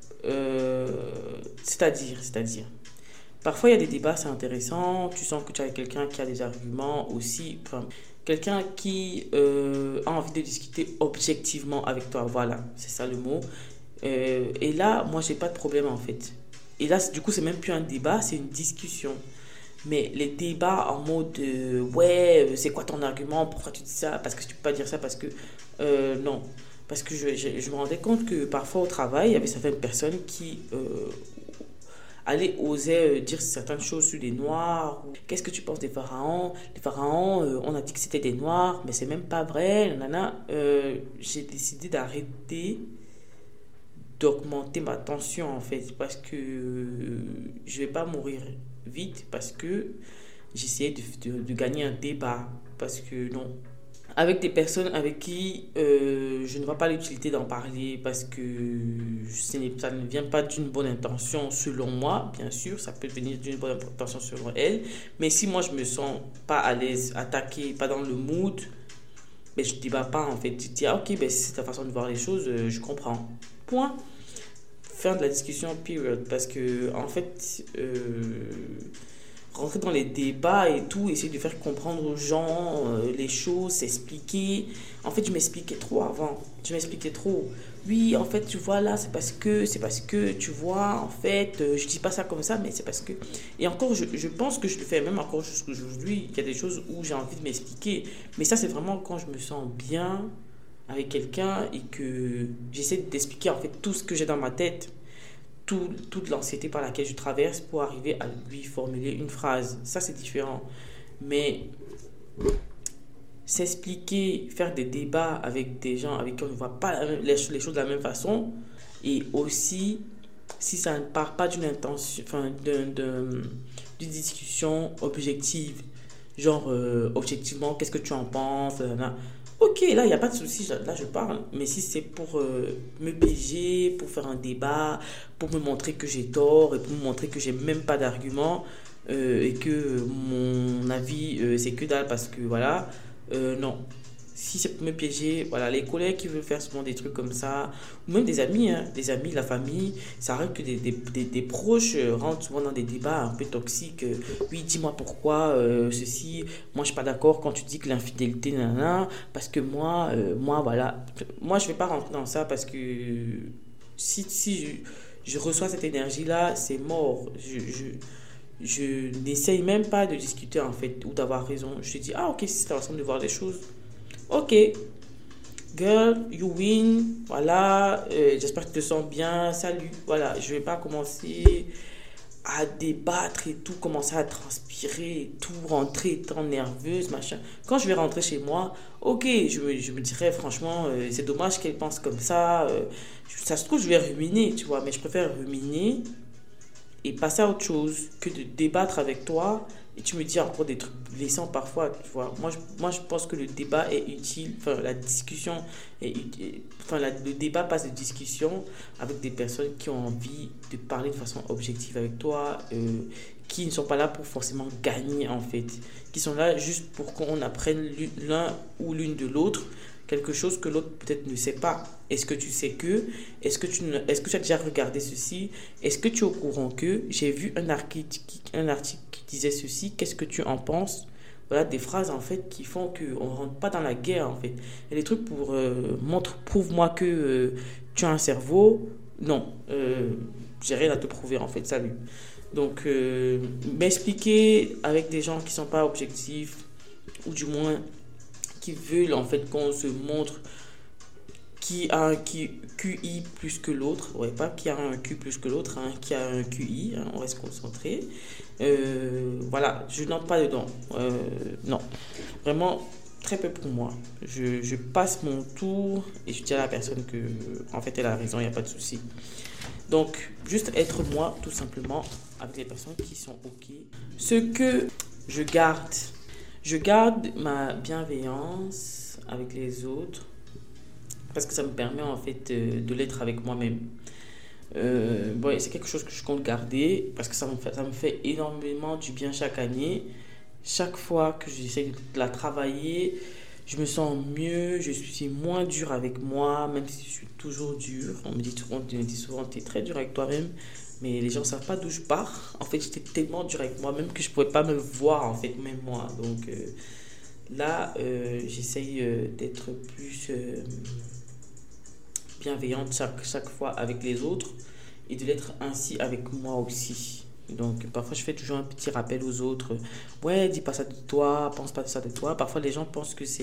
c'est-à-dire, parfois il y a des débats, c'est intéressant, tu sens que tu as quelqu'un qui a des arguments aussi, enfin, quelqu'un qui a envie de discuter objectivement avec toi, voilà, c'est ça le mot. Et là, moi, j'ai pas de problème en fait. Et là, du coup, c'est même plus un débat, c'est une discussion. Mais les débats en mode ouais, c'est quoi ton argument? Pourquoi tu dis ça? Parce que tu peux pas dire ça, parce que non. Parce que je me rendais compte que parfois au travail, il y avait certaines personnes qui allaient oser dire certaines choses sur les Noirs. Qu'est-ce que tu penses des pharaons? Les pharaons, on a dit que c'était des Noirs, mais c'est même pas vrai. Nanana. J'ai décidé d'arrêter d'augmenter ma tension en fait parce que je vais pas mourir vite parce que j'essayais de gagner un débat parce que non, avec des personnes avec qui je ne vois pas l'utilité d'en parler parce que ça ne vient pas d'une bonne intention selon moi, bien sûr ça peut venir d'une bonne intention selon elle, mais si moi je me sens pas à l'aise, attaqué, pas dans le mood, mais je ne débat pas en fait, je dis ah, ok, ben, c'est ta façon de voir les choses, je comprends, point. Fin de la discussion, period. Parce que, en fait, rentrer dans les débats et tout, essayer de faire comprendre aux gens les choses, s'expliquer. En fait, je m'expliquais trop avant. Je m'expliquais trop. Oui, en fait, tu vois, là, c'est parce que, tu vois, en fait, je dis pas ça comme ça, mais c'est parce que. Et encore, je pense que je le fais même encore jusqu'aujourd'hui. Il y a des choses où j'ai envie de m'expliquer. Mais ça, c'est vraiment quand je me sens bien avec quelqu'un et que j'essaie d'expliquer en fait tout ce que j'ai dans ma tête, toute l'anxiété par laquelle je traverse pour arriver à lui formuler une phrase. Ça, c'est différent. Mais s'expliquer, faire des débats avec des gens avec qui on ne voit pas les choses de la même façon, et aussi, si ça ne part pas d'une intention, enfin, d'une discussion objective, genre, objectivement, qu'est-ce que tu en penses, ok, là, il n'y a pas de souci, là, je parle. Mais si c'est pour me piéger, pour faire un débat, pour me montrer que j'ai tort et pour me montrer que j'ai même pas d'argument et que mon avis, c'est que dalle parce que voilà, non. Si c'est pour me piéger, voilà, les collègues qui veulent faire souvent des trucs comme ça, ou même des amis, hein, des amis, la famille, ça arrive que des proches rentrent souvent dans des débats un peu toxiques. Oui, dis-moi pourquoi ceci, moi je suis pas d'accord quand tu dis que l'infidélité, nanana, parce que moi, voilà. Moi, je vais pas rentrer dans ça parce que si je reçois cette énergie-là, c'est mort. Je n'essaye même pas de discuter en fait, ou d'avoir raison. Je te dis, ah ok, c'est ta façon de voir les choses. Ok, girl, you win, voilà, j'espère que tu te sens bien, salut, voilà, je vais pas commencer à débattre et tout, commencer à transpirer et tout, rentrer étant nerveuse, machin. Quand je vais rentrer chez moi, ok, je me dirais franchement, c'est dommage qu'elle pense comme ça, ça se trouve, je vais ruminer, tu vois, mais je préfère ruminer et passer à autre chose que de débattre avec toi et tu me dis encore des trucs blessants parfois, tu vois. Moi, je pense que le débat est utile, enfin, la discussion est utile, enfin, le débat passe de discussion avec des personnes qui ont envie de parler de façon objective avec toi, qui ne sont pas là pour forcément gagner en fait, qui sont là juste pour qu'on apprenne l'un ou l'une de l'autre quelque chose que l'autre peut-être ne sait pas. Est-ce que tu sais que, est-ce que tu as déjà regardé ceci, est-ce que tu es au courant que, j'ai vu un article qui disait ceci, qu'est-ce que tu en penses? Voilà des phrases en fait qui font qu'on ne rentre pas dans la guerre en fait. Il y a des trucs pour prouve-moi que tu as un cerveau. Non, j'ai rien à te prouver en fait, salut. Donc m'expliquer avec des gens qui ne sont pas objectifs ou du moins qui veulent en fait qu'on se montre qui a un QI plus que l'autre, ouais, pas qui a un Q plus que l'autre, hein, qui a un QI, hein, on reste concentré. Voilà, je n'entre pas dedans. Non, vraiment très peu pour moi. Je passe mon tour et je dis à la personne que en fait elle a raison, il n'y a pas de souci. Donc, juste être moi, tout simplement, avec les personnes qui sont OK. Ce que je garde ma bienveillance avec les autres parce que ça me permet en fait de l'être avec moi-même. Bon, c'est quelque chose que je compte garder parce que ça me fait énormément du bien chaque année. Chaque fois que j'essaie de la travailler, je me sens mieux, je suis moins dur avec moi, même si je suis toujours dur. On me dit souvent, tu es très dur avec toi-même, mais les gens ne savent pas d'où je pars. En fait, j'étais tellement dur avec moi-même que je ne pouvais pas me voir, en fait, même moi. Donc là, j'essaye d'être plus bienveillante chaque fois avec les autres et de l'être ainsi avec moi aussi. Donc parfois je fais toujours un petit rappel aux autres. Ouais, dis pas ça de toi, pense pas ça de toi. Parfois les gens pensent que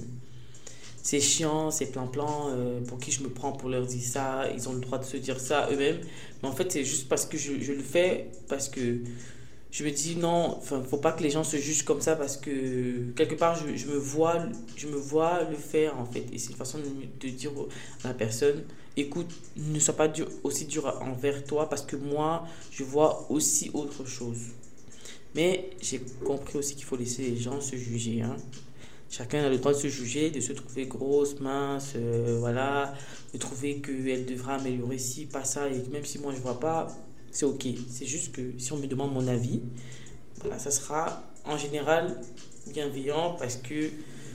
c'est chiant, c'est plan-plan, pour qui je me prends pour leur dire ça. Ils ont le droit de se dire ça eux-mêmes. Mais en fait c'est juste parce que je le fais, parce que je me dis non, enfin, faut pas que les gens se jugent comme ça parce que quelque part je me vois le faire en fait. Et c'est une façon de dire à la personne, écoute, ne sois pas aussi dur envers toi parce que moi, je vois aussi autre chose. Mais j'ai compris aussi qu'il faut laisser les gens se juger, hein. Chacun a le droit de se juger, de se trouver grosse, mince, voilà, de trouver qu'elle devra améliorer ci, pas ça, et même si moi je vois pas, c'est ok. C'est juste que si on me demande mon avis, voilà, ça sera en général bienveillant parce que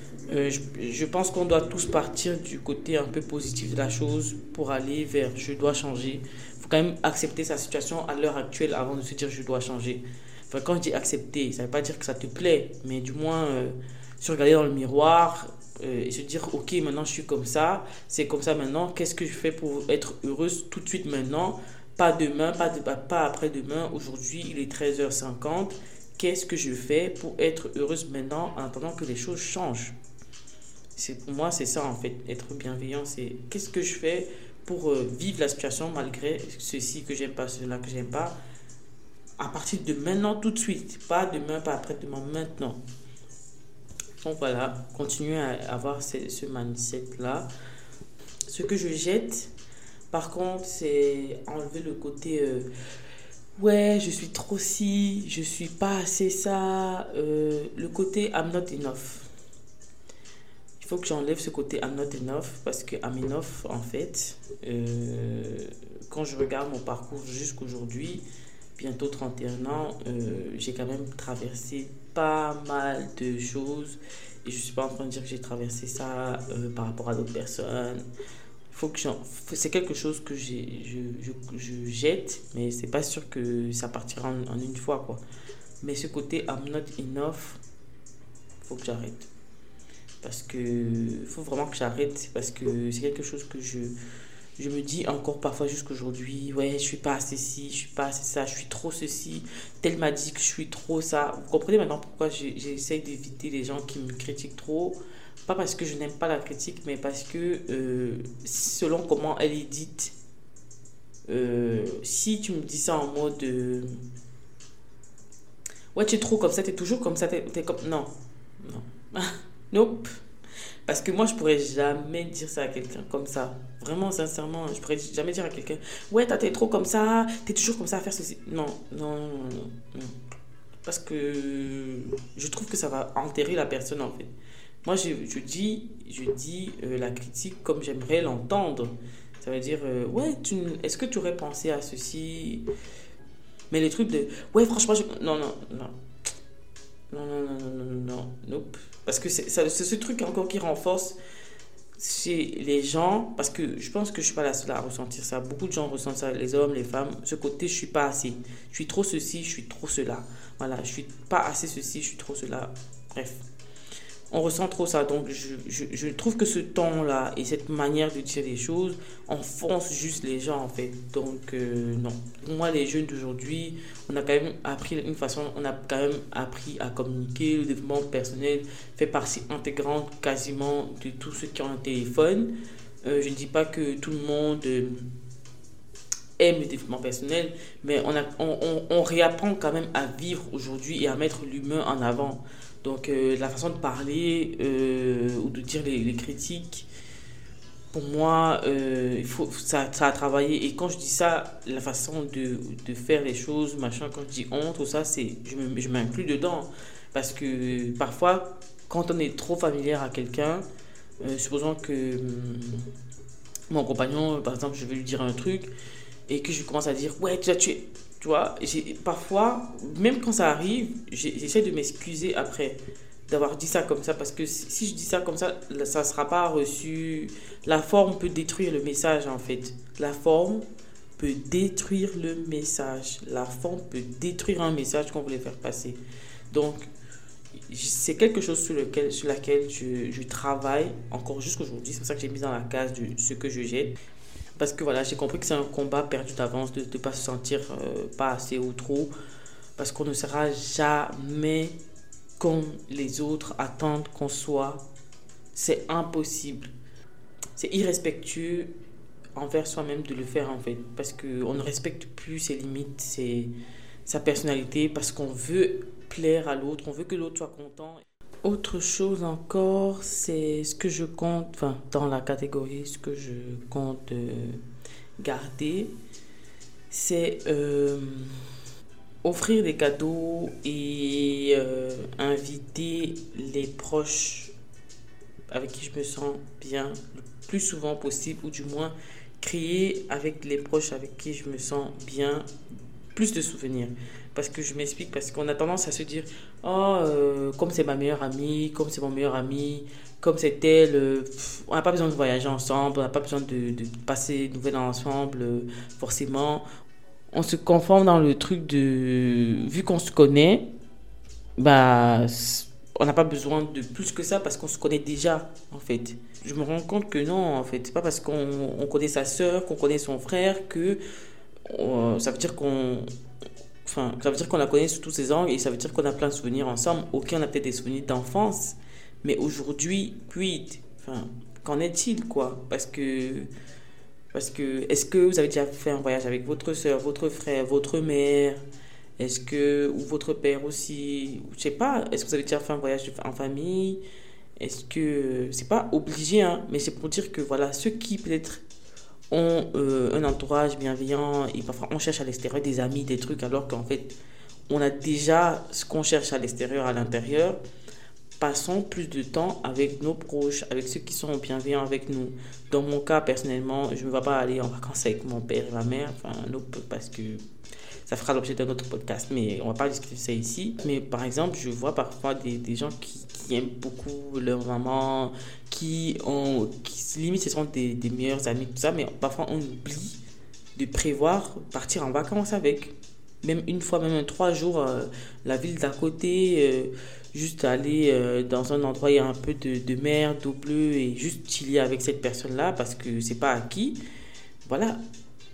je pense qu'on doit tous partir du côté un peu positif de la chose pour aller vers je dois changer. Il faut quand même accepter sa situation à l'heure actuelle avant de se dire je dois changer. Enfin, quand je dis accepter, ça ne veut pas dire que ça te plaît, mais du moins se regarder dans le miroir et se dire ok, maintenant je suis comme ça, c'est comme ça maintenant, qu'est-ce que je fais pour être heureuse tout de suite maintenant, pas demain, pas après-demain, aujourd'hui il est 13h50, qu'est-ce que je fais pour être heureuse maintenant en attendant que les choses changent. Pour moi, c'est ça en fait, être bienveillant, c'est qu'est-ce que je fais pour vivre la situation malgré ceci que j'aime pas, cela que j'aime pas, à partir de maintenant tout de suite, pas demain, pas après-demain, maintenant. Donc voilà, continuer à avoir ce mindset-là. Ce que je jette, par contre, c'est enlever le côté ouais, je suis trop ci, je suis pas assez ça, le côté I'm not enough. Il faut que j'enlève ce côté I'm not enough parce que I'm enough, en fait, quand je regarde mon parcours jusqu'aujourd'hui, bientôt 31 ans, j'ai quand même traversé pas mal de choses et je suis pas en train de dire que j'ai traversé ça par rapport à d'autres personnes. C'est quelque chose que je jette, mais c'est pas sûr que ça partira en une fois, quoi. Mais ce côté I'm not enough, faut que j'arrête. Parce que faut vraiment que j'arrête parce que c'est quelque chose que je me dis encore parfois jusqu'aujourd'hui, ouais, je suis pas assez ci, je suis pas assez ça, je suis trop ceci, tel m'a dit que je suis trop ça. Vous comprenez maintenant pourquoi j'essaye d'éviter les gens qui me critiquent trop, pas parce que je n'aime pas la critique, mais parce que selon comment elle est dite, si tu me dis ça en mode ouais, tu es trop comme ça, tu es toujours comme ça, t'es comme. Non, non. Nope. Parce que moi, je pourrais jamais dire ça à quelqu'un comme ça. Vraiment, sincèrement, je pourrais jamais dire à quelqu'un, ouais, t'es trop comme ça, t'es toujours comme ça à faire ceci. Non, non, non, non, non. Parce que je trouve que ça va enterrer la personne en fait. Moi, je dis la critique comme j'aimerais l'entendre. Ça veut dire, ouais, est-ce que tu aurais pensé à ceci? Mais les trucs de, ouais, franchement, non, non, non. Non, non, non, non, non, non, non, nope. Parce que c'est ce truc encore qui renforce chez les gens, parce que je pense que je suis pas la seule à ressentir ça. Beaucoup de gens ressentent ça, les hommes, les femmes. Ce côté, je suis pas assez. Je suis trop ceci, je suis trop cela. Voilà, je suis pas assez ceci, je suis trop cela. Bref, on ressent trop ça. Donc, je trouve que ce ton-là et cette manière de dire les choses enfonce juste les gens, en fait. Donc, non. Pour moi, les jeunes d'aujourd'hui, on a quand même appris une façon, on a quand même appris à communiquer. Le développement personnel fait partie intégrante quasiment de tous ceux qui ont un téléphone. Je ne dis pas que tout le monde aime le développement personnel, mais on réapprend quand même à vivre aujourd'hui et à mettre l'humain en avant. Donc, la façon de parler ou de dire les critiques, pour moi, ça a travaillé. Et quand je dis ça, la façon de faire les choses, machin, quand je dis honte ou ça, je m'inclus dedans. Parce que parfois, quand on est trop familière à quelqu'un, supposons que mon compagnon, par exemple, je vais lui dire un truc et que je commence à dire, ouais, tu vois, parfois, même quand ça arrive, j'essaie de m'excuser après d'avoir dit ça comme ça, parce que si je dis ça comme ça ne sera pas reçu. La forme peut détruire le message, en fait. La forme peut détruire le message. La forme peut détruire un message qu'on voulait faire passer. Donc, c'est quelque chose sur laquelle je travaille encore jusqu'aujourd'hui. C'est pour ça que j'ai mis dans la case de ce que je jette. Parce que voilà, j'ai compris que c'est un combat perdu d'avance de ne pas se sentir pas assez ou trop. Parce qu'on ne sera jamais comme les autres attendent qu'on soit. C'est impossible. C'est irrespectueux envers soi-même de le faire en fait. Parce qu'on ne respecte plus ses limites, sa personnalité. Parce qu'on veut plaire à l'autre, on veut que l'autre soit content. Autre chose encore, c'est ce que je compte, enfin dans la catégorie, ce que je compte garder, c'est offrir des cadeaux et inviter les proches avec qui je me sens bien le plus souvent possible, ou du moins créer avec les proches avec qui je me sens bien plus de souvenirs. Parce que je m'explique, parce qu'on a tendance à se dire, oh, comme c'est ma meilleure amie, comme c'est mon meilleur ami, comme c'est elle, on n'a pas besoin de voyager ensemble, on n'a pas besoin de passer une nouvelle ensemble, forcément. On se conforme dans le truc de, vu qu'on se connaît, bah, on n'a pas besoin de plus que ça parce qu'on se connaît déjà, en fait. Je me rends compte que non, en fait. C'est pas parce qu'on connaît sa sœur, qu'on connaît son frère, que ça veut dire ça veut dire qu'on la connaît sous tous ses angles, et ça veut dire qu'on a plein de souvenirs ensemble. Ok, on a peut-être des souvenirs d'enfance, mais aujourd'hui, qu'en est-il, quoi? Est-ce que vous avez déjà fait un voyage avec votre soeur, votre frère, votre mère? Ou votre père aussi? Je sais pas, est-ce que vous avez déjà fait un voyage en famille? Est-ce que, c'est pas obligé, hein, mais c'est pour dire que voilà, ceux qui peut-être ont un entourage bienveillant, et parfois on cherche à l'extérieur des amis, des trucs, alors qu'en fait, on a déjà ce qu'on cherche à l'extérieur, à l'intérieur. Passons plus de temps avec nos proches, avec ceux qui sont bienveillants avec nous. Dans mon cas, personnellement, je ne vais pas aller en vacances avec mon père et ma mère, parce que ça fera l'objet d'un autre podcast, mais on ne va pas discuter de ça ici. Mais par exemple, je vois parfois des gens qui aiment beaucoup leur maman, qui limite, ce sont des meilleurs amis, tout ça, mais parfois on oublie de prévoir partir en vacances avec. Même une fois, même 3 jours, la ville d'à côté, juste aller dans un endroit où il y a un peu de mer, d'eau bleue, et juste chiller avec cette personne-là parce que c'est pas acquis. Voilà.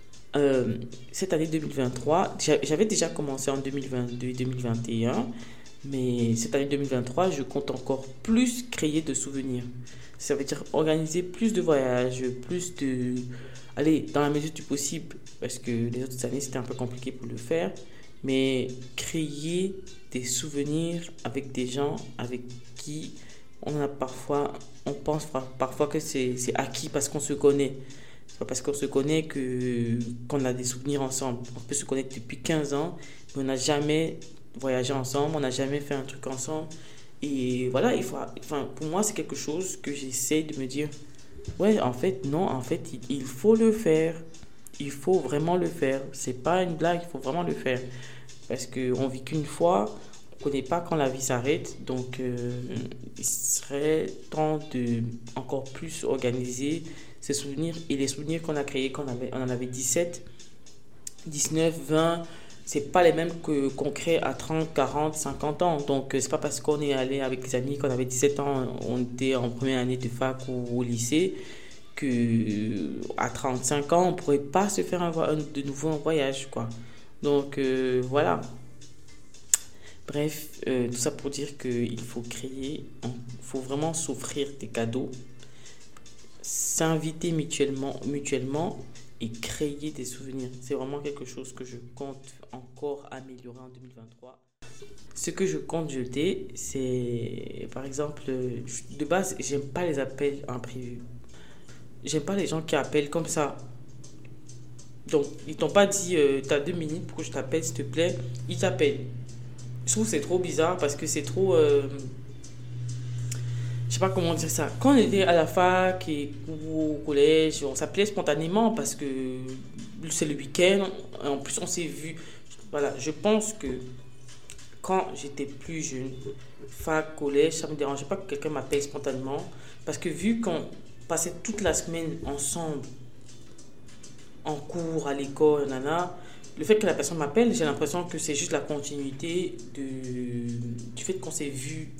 Cette année 2023, j'avais déjà commencé en 2022 et 2021 Mais cette année 2023, je compte encore plus créer de souvenirs. Ça veut dire organiser plus de voyages, plus de... Allez, dans la mesure du possible, parce que les autres années, c'était un peu compliqué pour le faire, mais créer des souvenirs avec des gens avec qui on a parfois, on pense parfois que c'est acquis parce qu'on se connaît. C'est pas parce qu'on se connaît qu'on a des souvenirs ensemble. On peut se connaître depuis 15 ans, mais on n'a jamais voyagé ensemble, on n'a jamais fait un truc ensemble. Et voilà, enfin, pour moi, c'est quelque chose que j'essaie de me dire, ouais, en fait, non, en fait, il faut le faire. Il faut vraiment le faire. C'est pas une blague, il faut vraiment le faire. Parce qu'on vit qu'une fois, on ne connaît pas quand la vie s'arrête. Donc, il serait temps de encore plus organiser ces souvenirs. Et les souvenirs qu'on a créés quand on en avait 17, 19, 20, c'est pas les mêmes qu'on crée à 30, 40, 50 ans. Donc, c'est pas parce qu'on est allé avec des amis quand on avait 17 ans, on était en première année de fac ou au lycée, que à 35 ans, on pourrait pas se faire de nouveau un voyage, quoi. Donc, voilà. Bref, tout ça pour dire qu'il faut créer, il faut vraiment s'offrir des cadeaux, s'inviter mutuellement et créer des souvenirs. C'est vraiment quelque chose que je compte encore améliorer en 2023. Ce que je compte jeter, c'est par exemple, de base, j'aime pas les appels imprévus. J'aime pas les gens qui appellent comme ça. Donc, ils t'ont pas dit, t'as 2 minutes pour que je t'appelle, s'il te plaît. Ils t'appellent. Je trouve que c'est trop bizarre parce que c'est trop... je sais pas comment dire ça. Quand on était à la fac ou au collège, on s'appelait spontanément parce que c'est le week-end. En plus, on s'est vu. Voilà, je pense que quand j'étais plus jeune, fac, collège, ça me dérangeait pas que quelqu'un m'appelle spontanément. Parce que vu qu'on passait toute la semaine ensemble, en cours, à l'école, nana, le fait que la personne m'appelle, j'ai l'impression que c'est juste la continuité du fait qu'on s'est vu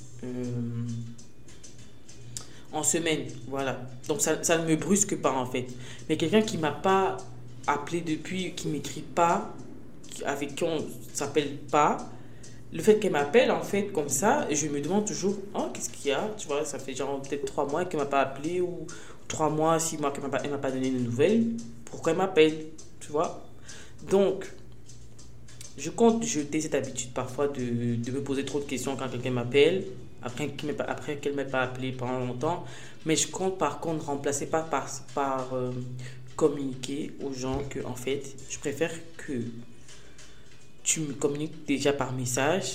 en semaine. Voilà. Donc ça ne me brusque pas en fait. Mais quelqu'un qui m'a pas appelé depuis, qui m'écrit pas, avec qui on s'appelle pas, le fait qu'elle m'appelle en fait comme ça, je me demande toujours, oh, qu'est-ce qu'il y a? Tu vois, ça fait genre peut-être 3 mois qu'elle m'a pas appelé ou 3 mois, 6 mois elle m'a pas donné de nouvelles. Pourquoi elle m'appelle? Tu vois? Donc, je compte jeter cette habitude parfois de me poser trop de questions quand quelqu'un m'appelle, après qu'elle ne m'ait pas appelé pendant longtemps. Mais je compte par contre remplacer par communiquer aux gens que, en fait, je préfère que tu me communiques déjà par message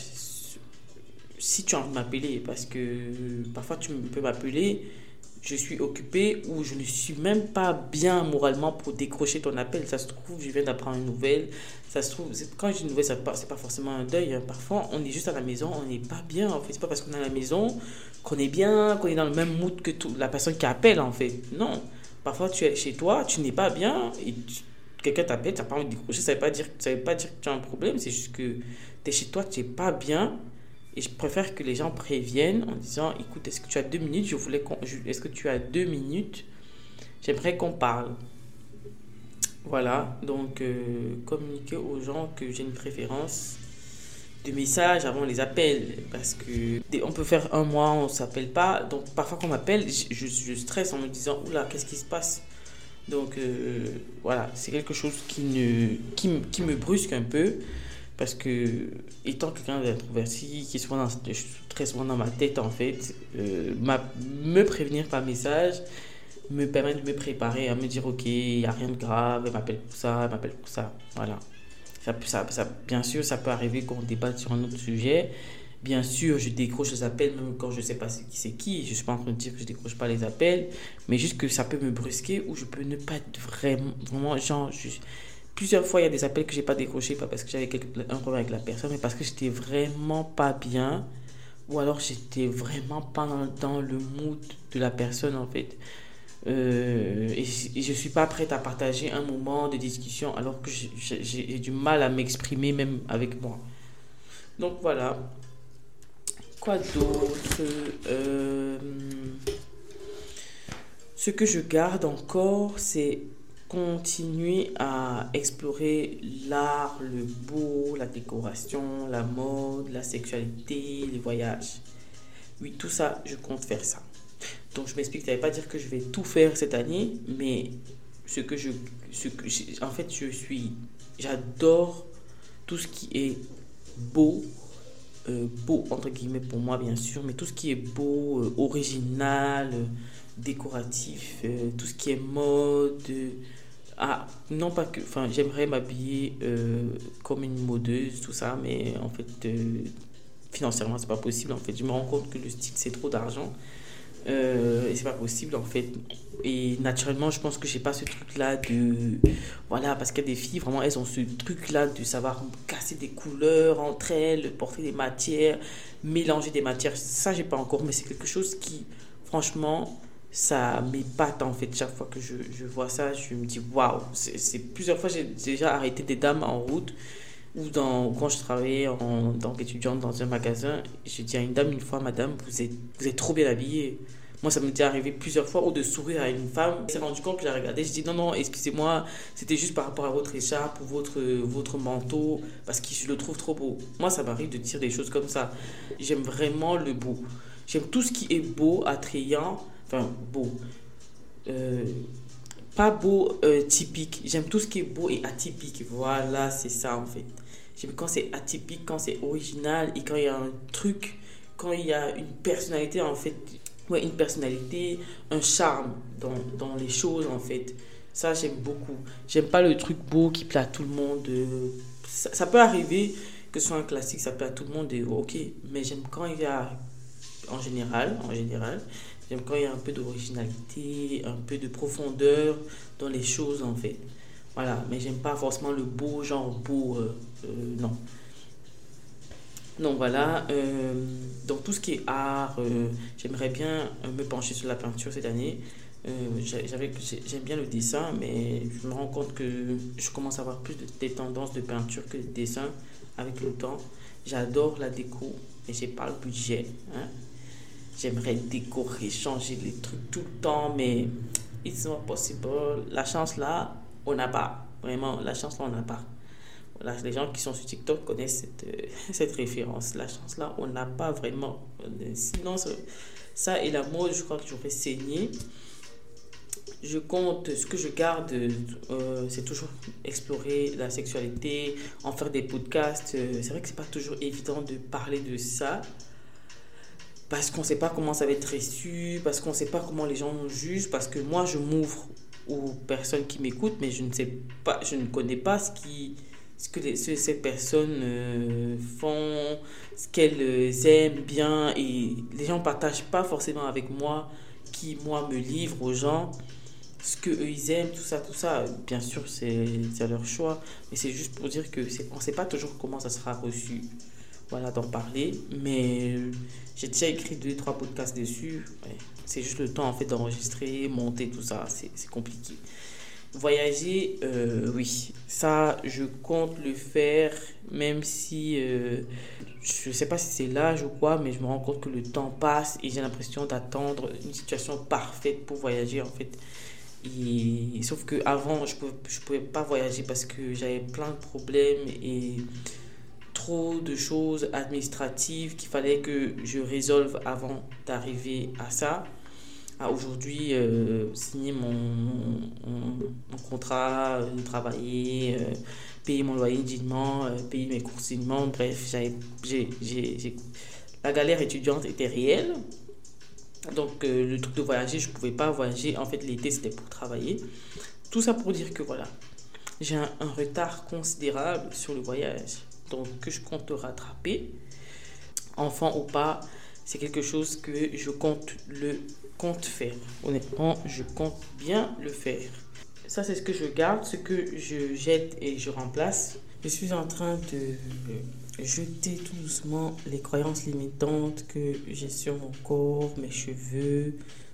si tu as envie de m'appeler. Parce que parfois tu peux m'appeler, je suis occupé ou je ne suis même pas bien moralement pour décrocher ton appel. Ça se trouve, je viens d'apprendre une nouvelle. Ça se trouve, quand je dis une nouvelle, c'est pas forcément un deuil, hein. Parfois, on est juste à la maison, on n'est pas bien. En fait, c'est pas parce qu'on est à la maison qu'on est bien, qu'on est dans le même mood que la personne qui appelle, en fait. Non. Parfois, tu es chez toi, tu n'es pas bien et quelqu'un t'appelle, tu n'as pas envie de décrocher. Ça veut pas dire que tu as un problème, c'est juste que tu es chez toi, tu n'es pas bien. Et je préfère que les gens préviennent en disant, écoute, est-ce que tu as 2 minutes? Est-ce que tu as 2 minutes? J'aimerais qu'on parle. Voilà, donc communiquer aux gens que j'ai une préférence de messages avant les appels. Parce que on peut faire un mois, on ne s'appelle pas. Donc parfois quand on m'appelle, je stresse en me disant, oula, qu'est-ce qui se passe? Donc voilà, c'est quelque chose qui me brusque un peu. Parce que, étant quelqu'un d'introverti, qui est très souvent dans ma tête en fait, me prévenir par message me permet de me préparer à me dire ok, il n'y a rien de grave, elle m'appelle pour ça, elle m'appelle pour ça. Voilà. Bien sûr, ça peut arriver qu'on débatte sur un autre sujet. Bien sûr, je décroche les appels même quand je ne sais pas qui c'est qui. Je ne suis pas en train de dire que je ne décroche pas les appels, mais juste que ça peut me brusquer ou je peux ne pas être vraiment genre. Plusieurs fois, il y a des appels que j'ai pas décrochés, pas parce que j'avais un problème avec la personne, mais parce que j'étais vraiment pas bien, ou alors j'étais vraiment pas dans le mood de la personne en fait. Et je suis pas prête à partager un moment de discussion alors que j'ai du mal à m'exprimer même avec moi. Donc voilà. Quoi d'autre? Ce que je garde encore, c'est continuer à explorer l'art, le beau, la décoration, la mode, la sexualité, les voyages. Oui, tout ça, je compte faire ça. Donc, je m'explique, ça ne veut pas dire que je vais tout faire cette année, mais en fait, j'adore tout ce qui est beau, beau entre guillemets pour moi bien sûr, mais tout ce qui est beau, original, décoratif, tout ce qui est mode. Non pas que, enfin, j'aimerais m'habiller comme une modeuse, tout ça, mais en fait, financièrement, c'est pas possible. En fait, je me rends compte que le style, c'est trop d'argent. Et c'est pas possible en fait. Et naturellement, je pense que j'ai pas ce truc-là de. Voilà, parce qu'il y a des filles, vraiment, elles ont ce truc-là de savoir casser des couleurs entre elles, porter des matières, mélanger des matières. Ça, j'ai pas encore, mais c'est quelque chose qui, franchement, ça m'épate en fait. Chaque fois que je vois ça, je me dis waouh. Plusieurs fois, j'ai déjà arrêté des dames en route ou quand je travaillais en tant qu'étudiante dans un magasin. J'ai dit à une dame une fois, madame, vous êtes trop bien habillée. Moi, ça m'est déjà arrivé plusieurs fois, ou de sourire à une femme. Elle s'est rendu compte que je la regardais. Je dis non, non, excusez-moi, c'était juste par rapport à votre écharpe ou votre manteau, parce que je le trouve trop beau. Moi, ça m'arrive de dire des choses comme ça. J'aime vraiment le beau. J'aime tout ce qui est beau, attrayant, enfin, beau. Pas beau typique. J'aime tout ce qui est beau et atypique. Voilà, c'est ça en fait. J'aime quand c'est atypique, quand c'est original et quand il y a un truc, quand il y a une personnalité en fait. Ouais, une personnalité, un charme dans les choses en fait. Ça, j'aime beaucoup. J'aime pas le truc beau qui plaît à tout le monde. Ça peut arriver que ce soit un classique, ça plaît à tout le monde et ok. Mais j'aime quand il y a, en général, j'aime quand il y a un peu d'originalité, un peu de profondeur dans les choses en fait. Voilà, mais j'aime pas forcément le beau, genre beau, non. Donc voilà, donc tout ce qui est art, j'aimerais bien me pencher sur la peinture cette année. J'aime bien le dessin, mais je me rends compte que je commence à avoir plus des tendances de peinture que de dessin avec le temps. J'adore la déco, mais j'ai pas le budget, hein. J'aimerais décorer, changer les trucs tout le temps, mais it's not possible. La chance là, on n'a pas. Vraiment, la chance là, on n'a pas. Voilà, les gens qui sont sur TikTok connaissent cette référence. La chance là, on n'a pas vraiment. Sinon, ça et la mode, je crois que j'aurais saigné. Je compte, ce que je garde, c'est toujours explorer la sexualité, en faire des podcasts. C'est vrai que c'est pas toujours évident de parler de ça. Parce qu'on ne sait pas comment ça va être reçu, parce qu'on ne sait pas comment les gens nous jugent, parce que moi, je m'ouvre aux personnes qui m'écoutent, mais je ne connais pas ces personnes font, ce qu'elles aiment bien, et les gens ne partagent pas forcément avec moi, qui, moi, me livre aux gens, ce qu'eux, ils aiment, tout ça. Bien sûr, c'est leur choix, mais c'est juste pour dire qu'on ne sait pas toujours comment ça sera reçu. Voilà, d'en parler, mais j'ai déjà écrit 2-3 podcasts dessus. Ouais. C'est juste le temps en fait d'enregistrer, monter tout ça, c'est compliqué. Voyager, oui, ça je compte le faire, même si je sais pas si c'est l'âge ou quoi, mais je me rends compte que le temps passe et j'ai l'impression d'attendre une situation parfaite pour voyager en fait. Sauf que avant je pouvais pas voyager parce que j'avais plein de problèmes et trop de choses administratives qu'il fallait que je résolve avant d'arriver à ça. Aujourd'hui, signer mon contrat, travailler, payer mon loyer dignement, payer mes courses dignement. Bref, la galère étudiante était réelle. Donc, le truc de voyager, je ne pouvais pas voyager. En fait, l'été, c'était pour travailler. Tout ça pour dire que voilà, j'ai un retard considérable sur le voyage. Donc, que je compte rattraper. Enfant ou pas, c'est quelque chose que je compte faire. Honnêtement, je compte bien le faire. Ça, c'est ce que je garde, ce que je jette et je remplace. Je suis en train de jeter tout doucement les croyances limitantes que j'ai sur mon corps, mes cheveux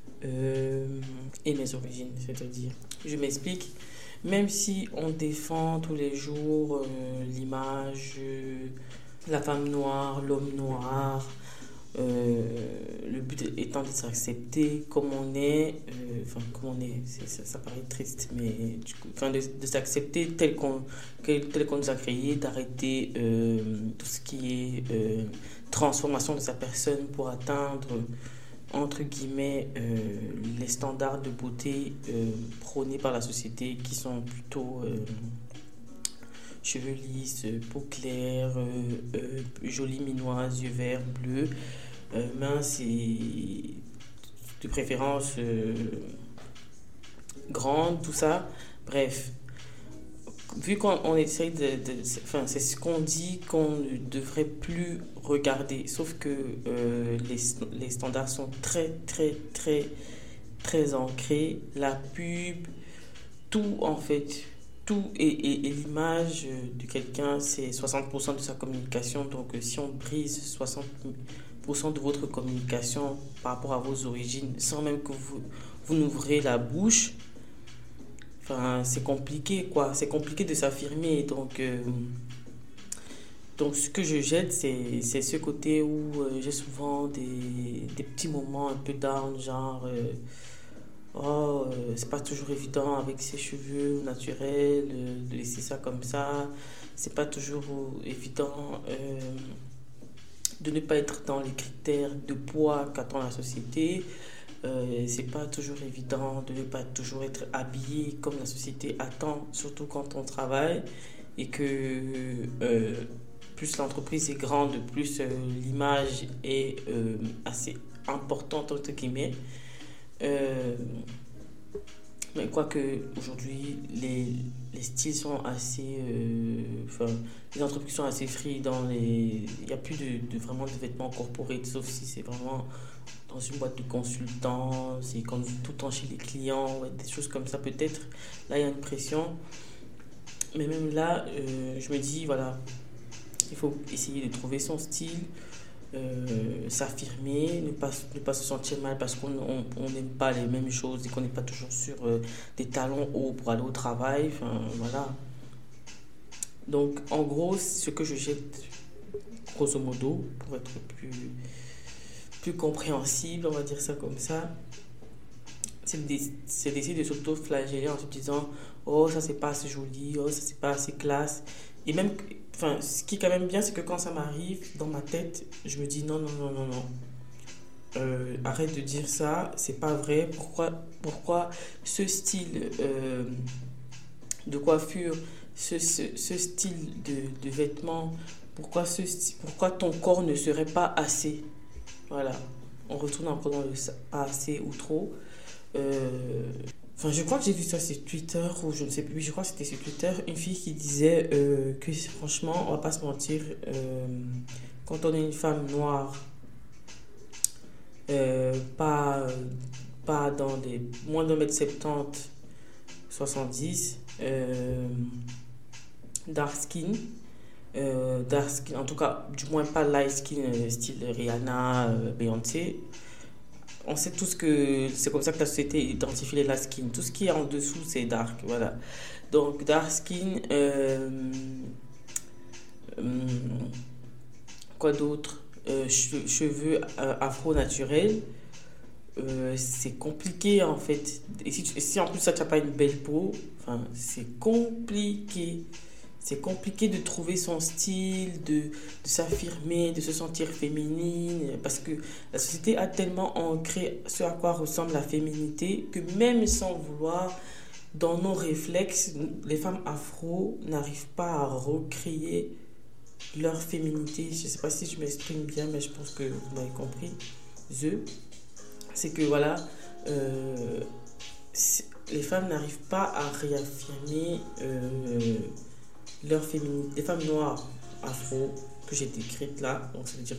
et mes origines, c'est-à-dire. Je m'explique. Même si on défend tous les jours l'image, la femme noire, l'homme noir, Le but étant de s'accepter comme on est, comme on est, ça paraît triste, mais de s'accepter tel qu'on nous a créé, d'arrêter tout ce qui est transformation de sa personne pour atteindre, entre guillemets, les standards de beauté prônés par la société qui sont plutôt cheveux lisses, peau claire, jolie minoise, yeux verts, bleus, mince et de préférence grande, tout ça. Bref, vu qu'on essaye c'est ce qu'on dit qu'on ne devrait plus regarder, sauf que les standards sont très, très, très, très ancrés. La pub, tout en fait, tout et l'image de quelqu'un, c'est 60% de sa communication. Donc, si on brise 60% de votre communication par rapport à vos origines, sans même que vous n'ouvrez la bouche, c'est compliqué, quoi. C'est compliqué de s'affirmer. Donc, ce que je jette, c'est ce côté où j'ai souvent des petits moments un peu down, genre... c'est pas toujours évident avec ses cheveux naturels de laisser ça comme ça. C'est pas toujours évident de ne pas être dans les critères de poids qu'attend la société. C'est pas toujours évident de ne pas toujours être habillé comme la société attend, surtout quand on travaille et que plus l'entreprise est grande, plus l'image est assez importante entre guillemets. Mais quoique aujourd'hui les styles sont assez les entreprises sont assez free il n'y a plus vraiment de vêtements corporate, sauf si c'est vraiment dans une boîte de consultants, c'est quand tout le temps chez les clients, ouais, des choses comme ça peut-être. Là il y a une pression, mais même là je me dis voilà, il faut essayer de trouver son style, s'affirmer, ne pas se sentir mal parce qu'on n'aime pas les mêmes choses et qu'on n'est pas toujours sur des talons hauts pour aller au travail. Voilà. Donc, en gros, ce que je jette, grosso modo, pour être plus compréhensible, on va dire ça comme ça, c'est d'essayer de s'auto-flageller en se disant « Oh, ça, c'est pas assez joli. Oh, ça, c'est pas assez classe. » Et même... ce qui est quand même bien, c'est que quand ça m'arrive, dans ma tête, je me dis non. Arrête de dire ça, c'est pas vrai. Pourquoi ce style de coiffure, ce style de vêtements, pourquoi ton corps ne serait pas assez? Voilà, on retourne encore dans le pas assez ou trop. Je crois que j'ai vu ça sur Twitter, ou je ne sais plus, je crois que c'était sur Twitter, une fille qui disait que franchement, on va pas se mentir, quand on est une femme noire, pas dans des moins de 1m70, 70, dark skin, en tout cas, du moins pas light skin, style Rihanna, Beyoncé. On sait tous que c'est comme ça que la société identifie les light skin. Tout ce qui est en dessous, c'est dark. Voilà. Donc, dark skin. Quoi d'autre? Cheveux afro naturels. C'est compliqué en fait. Et si en plus ça, tu n'as pas une belle peau, c'est compliqué. C'est compliqué de trouver son style, de s'affirmer, de se sentir féminine, parce que la société a tellement ancré ce à quoi ressemble la féminité que même sans vouloir, dans nos réflexes, les femmes afro n'arrivent pas à recréer leur féminité. Je ne sais pas si je m'exprime bien, mais je pense que vous m'avez compris. C'est que voilà, les femmes n'arrivent pas à réaffirmer leur féminité. Les femmes noires afro que j'ai décrites là, donc ça veut dire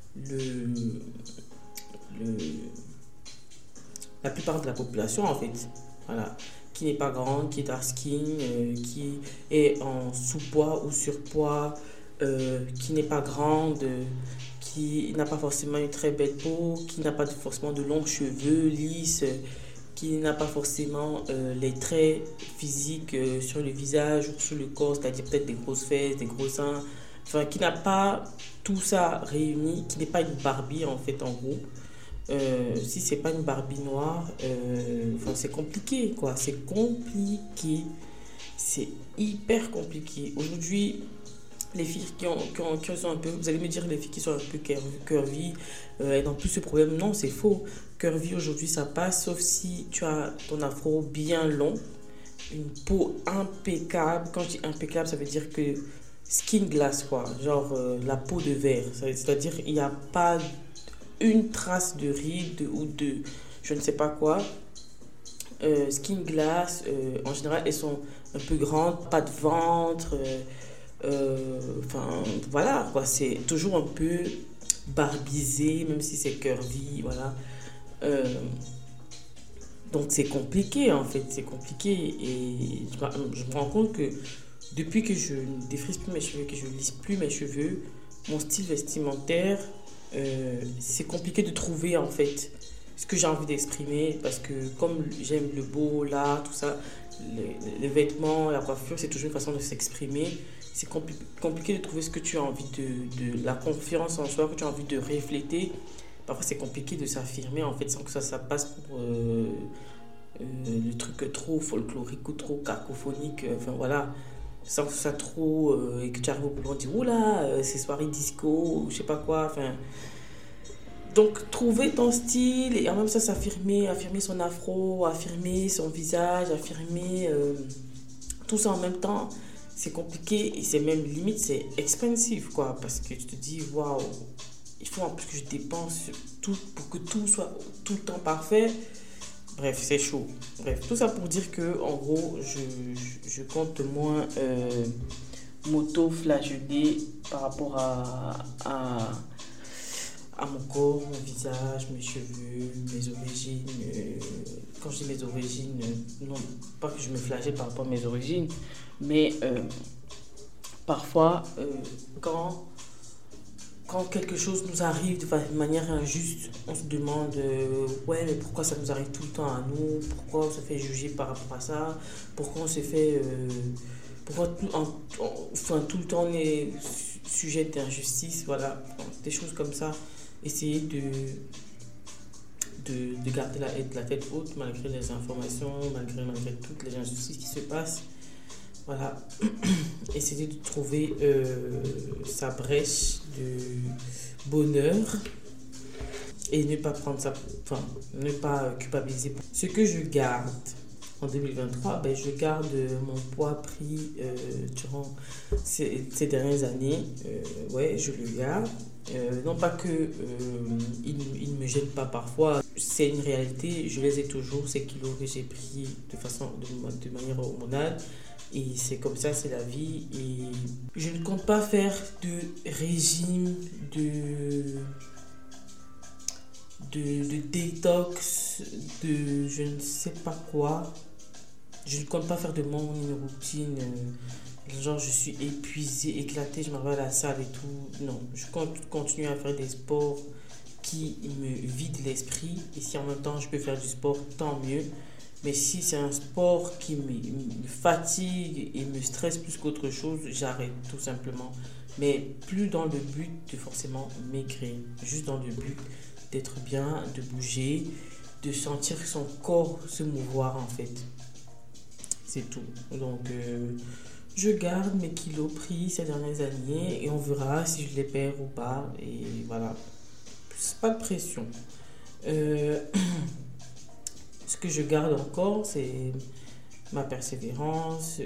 la plupart de la population en fait, voilà, qui n'est pas grande, qui est dark skin, qui est en sous-poids ou surpoids, qui n'est pas grande, qui n'a pas forcément une très belle peau, qui n'a pas forcément de longs cheveux lisses, qui n'a pas forcément les traits physiques sur le visage ou sur le corps, c'est-à-dire peut-être des grosses fesses, des gros seins, enfin, qui n'a pas tout ça réuni, qui n'est pas une Barbie en fait en gros. Si c'est pas une Barbie noire, enfin, c'est compliqué quoi, c'est compliqué, c'est hyper compliqué. Aujourd'hui, les filles qui sont un peu, vous allez me dire les filles qui sont un peu curvy, elles n'ont plus ce problème. Non, c'est faux. Curvy aujourd'hui ça passe, sauf si tu as ton afro bien long, une peau impeccable. Quand je dis impeccable, ça veut dire que skin glass quoi, genre la peau de verre. C'est-à-dire il n'y a pas une trace de ride ou de je ne sais pas quoi. Skin glass, en général, elles sont un peu grandes, pas de ventre. Enfin, voilà, quoi. C'est toujours un peu barbisé, même si c'est curvy, voilà. Euh, donc, c'est compliqué, en fait. C'est compliqué. Et je me rends compte que depuis que je ne défrise plus mes cheveux, que je ne lisse plus mes cheveux, mon style vestimentaire, c'est compliqué de trouver, en fait, ce que j'ai envie d'exprimer. Parce que comme j'aime le beau, l'art, tout ça, les vêtements, la coiffure, c'est toujours une façon de s'exprimer. C'est compliqué de trouver ce que tu as envie de la confiance en soi, que tu as envie de refléter. Parfois, c'est compliqué de s'affirmer, en fait, sans que ça passe pour le truc trop folklorique ou trop cacophonique. Enfin, voilà. Sans que ça trop... et que tu arrives au boulot, on dit, oula, c'est soirée disco, ou je sais pas quoi. Enfin... Donc, trouver ton style et en même temps s'affirmer, affirmer son afro, affirmer son visage, affirmer tout ça en même temps, c'est compliqué et c'est même limite, c'est expensive quoi. Parce que tu te dis, waouh, il faut en plus que je dépense tout pour que tout soit tout le temps parfait. Bref, c'est chaud. Bref, tout ça pour dire que en gros, je compte moins m'auto-flageller par rapport à mon corps, mon visage, mes cheveux, mes origines. Quand je dis mes origines, non pas que je me flagelle par rapport à mes origines, mais parfois, quand quelque chose nous arrive de manière injuste, on se demande ouais, mais pourquoi ça nous arrive tout le temps à nous? Pourquoi on se fait juger par rapport à ça? Pourquoi on se fait. Pourquoi tout le temps on est sujet d'injustice? Voilà, des choses comme ça. Essayer de garder la tête haute malgré les informations, malgré toutes les injustices qui se passent. Voilà. Essayer de trouver sa brèche de bonheur et ne pas prendre ça, enfin, ne pas culpabiliser. Ce que je garde en 2023, ben, je garde mon poids pris durant ces dernières années. Ouais, je le garde. Non pas que il ne me gêne pas parfois, c'est une réalité, je les ai toujours, ces kilos que j'ai pris de manière hormonale. Et c'est comme ça, c'est la vie. Et je ne compte pas faire de régime, de détox, de je ne sais pas quoi. Je ne compte pas faire de mon une routine. Genre, je suis épuisée, éclatée, je m'en vais à la salle et tout. Non, je compte continuer à faire des sports qui me vident l'esprit. Et si en même temps je peux faire du sport, tant mieux. Mais si c'est un sport qui me fatigue et me stresse plus qu'autre chose, j'arrête tout simplement. Mais plus dans le but de forcément maigrir. Juste dans le but d'être bien, de bouger, de sentir son corps se mouvoir en fait. C'est tout. Donc, je garde mes kilos pris ces dernières années et on verra si je les perds ou pas. Et voilà. Pas de pression. Ce que je garde encore, c'est ma persévérance.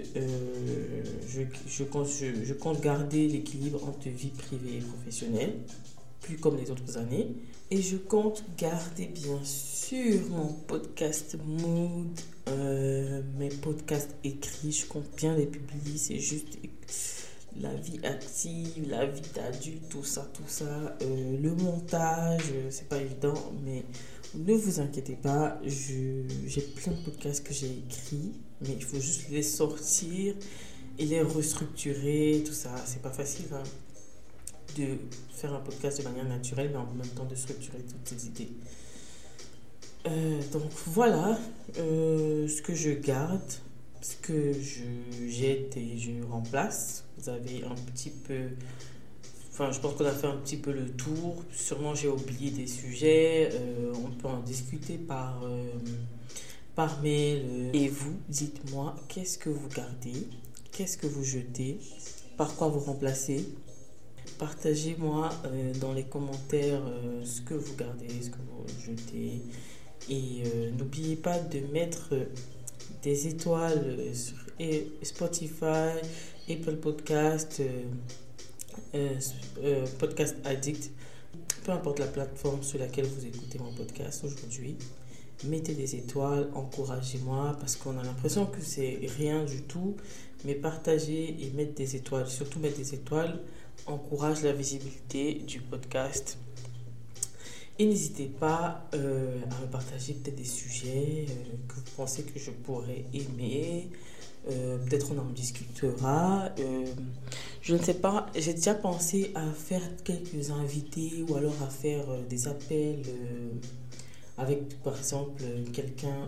Je compte garder l'équilibre entre vie privée et professionnelle, plus comme les autres années. Et je compte garder bien sûr mon podcast Mood, mes podcasts écrits. Je compte bien les publier. C'est juste la vie active, la vie d'adulte, tout ça. Le montage, c'est pas évident, mais ne vous inquiétez pas, j'ai plein de podcasts que j'ai écrits, mais il faut juste les sortir et les restructurer, tout ça. C'est pas facile hein, de faire un podcast de manière naturelle, mais en même temps de structurer toutes ces idées. Donc voilà ce que je garde. ce que j'aide et je remplace. Vous avez un petit peu... Enfin, je pense qu'on a fait un petit peu le tour. Sûrement, j'ai oublié des sujets. On peut en discuter par mail. Et vous, dites-moi, qu'est-ce que vous gardez? Qu'est-ce que vous jetez? Par quoi vous remplacez? Partagez-moi dans les commentaires ce que vous gardez, ce que vous jetez. Et n'oubliez pas de mettre des étoiles sur Spotify, Apple Podcast, Podcast Addict, peu importe la plateforme sur laquelle vous écoutez mon podcast aujourd'hui. Mettez des étoiles, encouragez-moi parce qu'on a l'impression que c'est rien du tout, mais partager et mettre des étoiles, surtout mettre des étoiles, encourage la visibilité du podcast. Et n'hésitez pas à me partager peut-être des sujets que vous pensez que je pourrais aimer. Peut-être on en discutera. Je ne sais pas, j'ai déjà pensé à faire quelques invités ou alors à faire des appels avec par exemple quelqu'un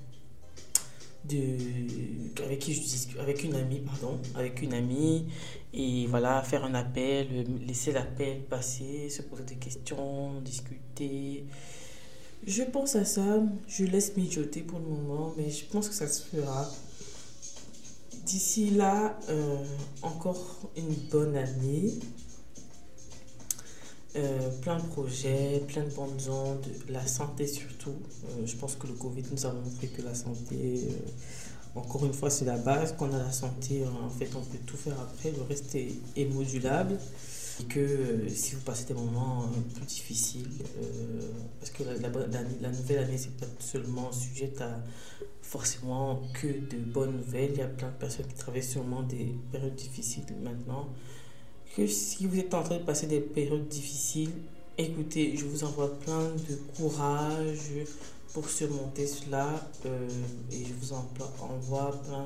avec qui je discute, avec une amie, et voilà, faire un appel, laisser l'appel passer, se poser des questions, discuter. Je pense à ça, je laisse mijoter pour le moment, mais je pense que ça se fera. D'ici là, encore une bonne année. Plein de projets, plein de bonnes ondes, la santé surtout. Je pense que le Covid nous a montré que la santé, encore une fois, c'est la base. Quand on a la santé, en fait, on peut tout faire après. Le reste est modulable. Et que si vous passez des moments plus difficiles, parce que la nouvelle année, c'est pas seulement sujette à forcément que de bonnes nouvelles. Il y a plein de personnes qui traversent sûrement des périodes difficiles maintenant. Que si vous êtes en train de passer des périodes difficiles, écoutez, je vous envoie plein de courage pour surmonter cela, et je vous envoie plein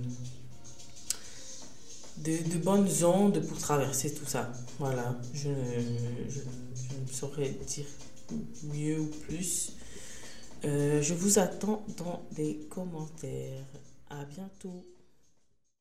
de bonnes ondes pour traverser tout ça. Voilà, je ne saurais dire mieux ou plus. Je vous attends dans les commentaires. À bientôt.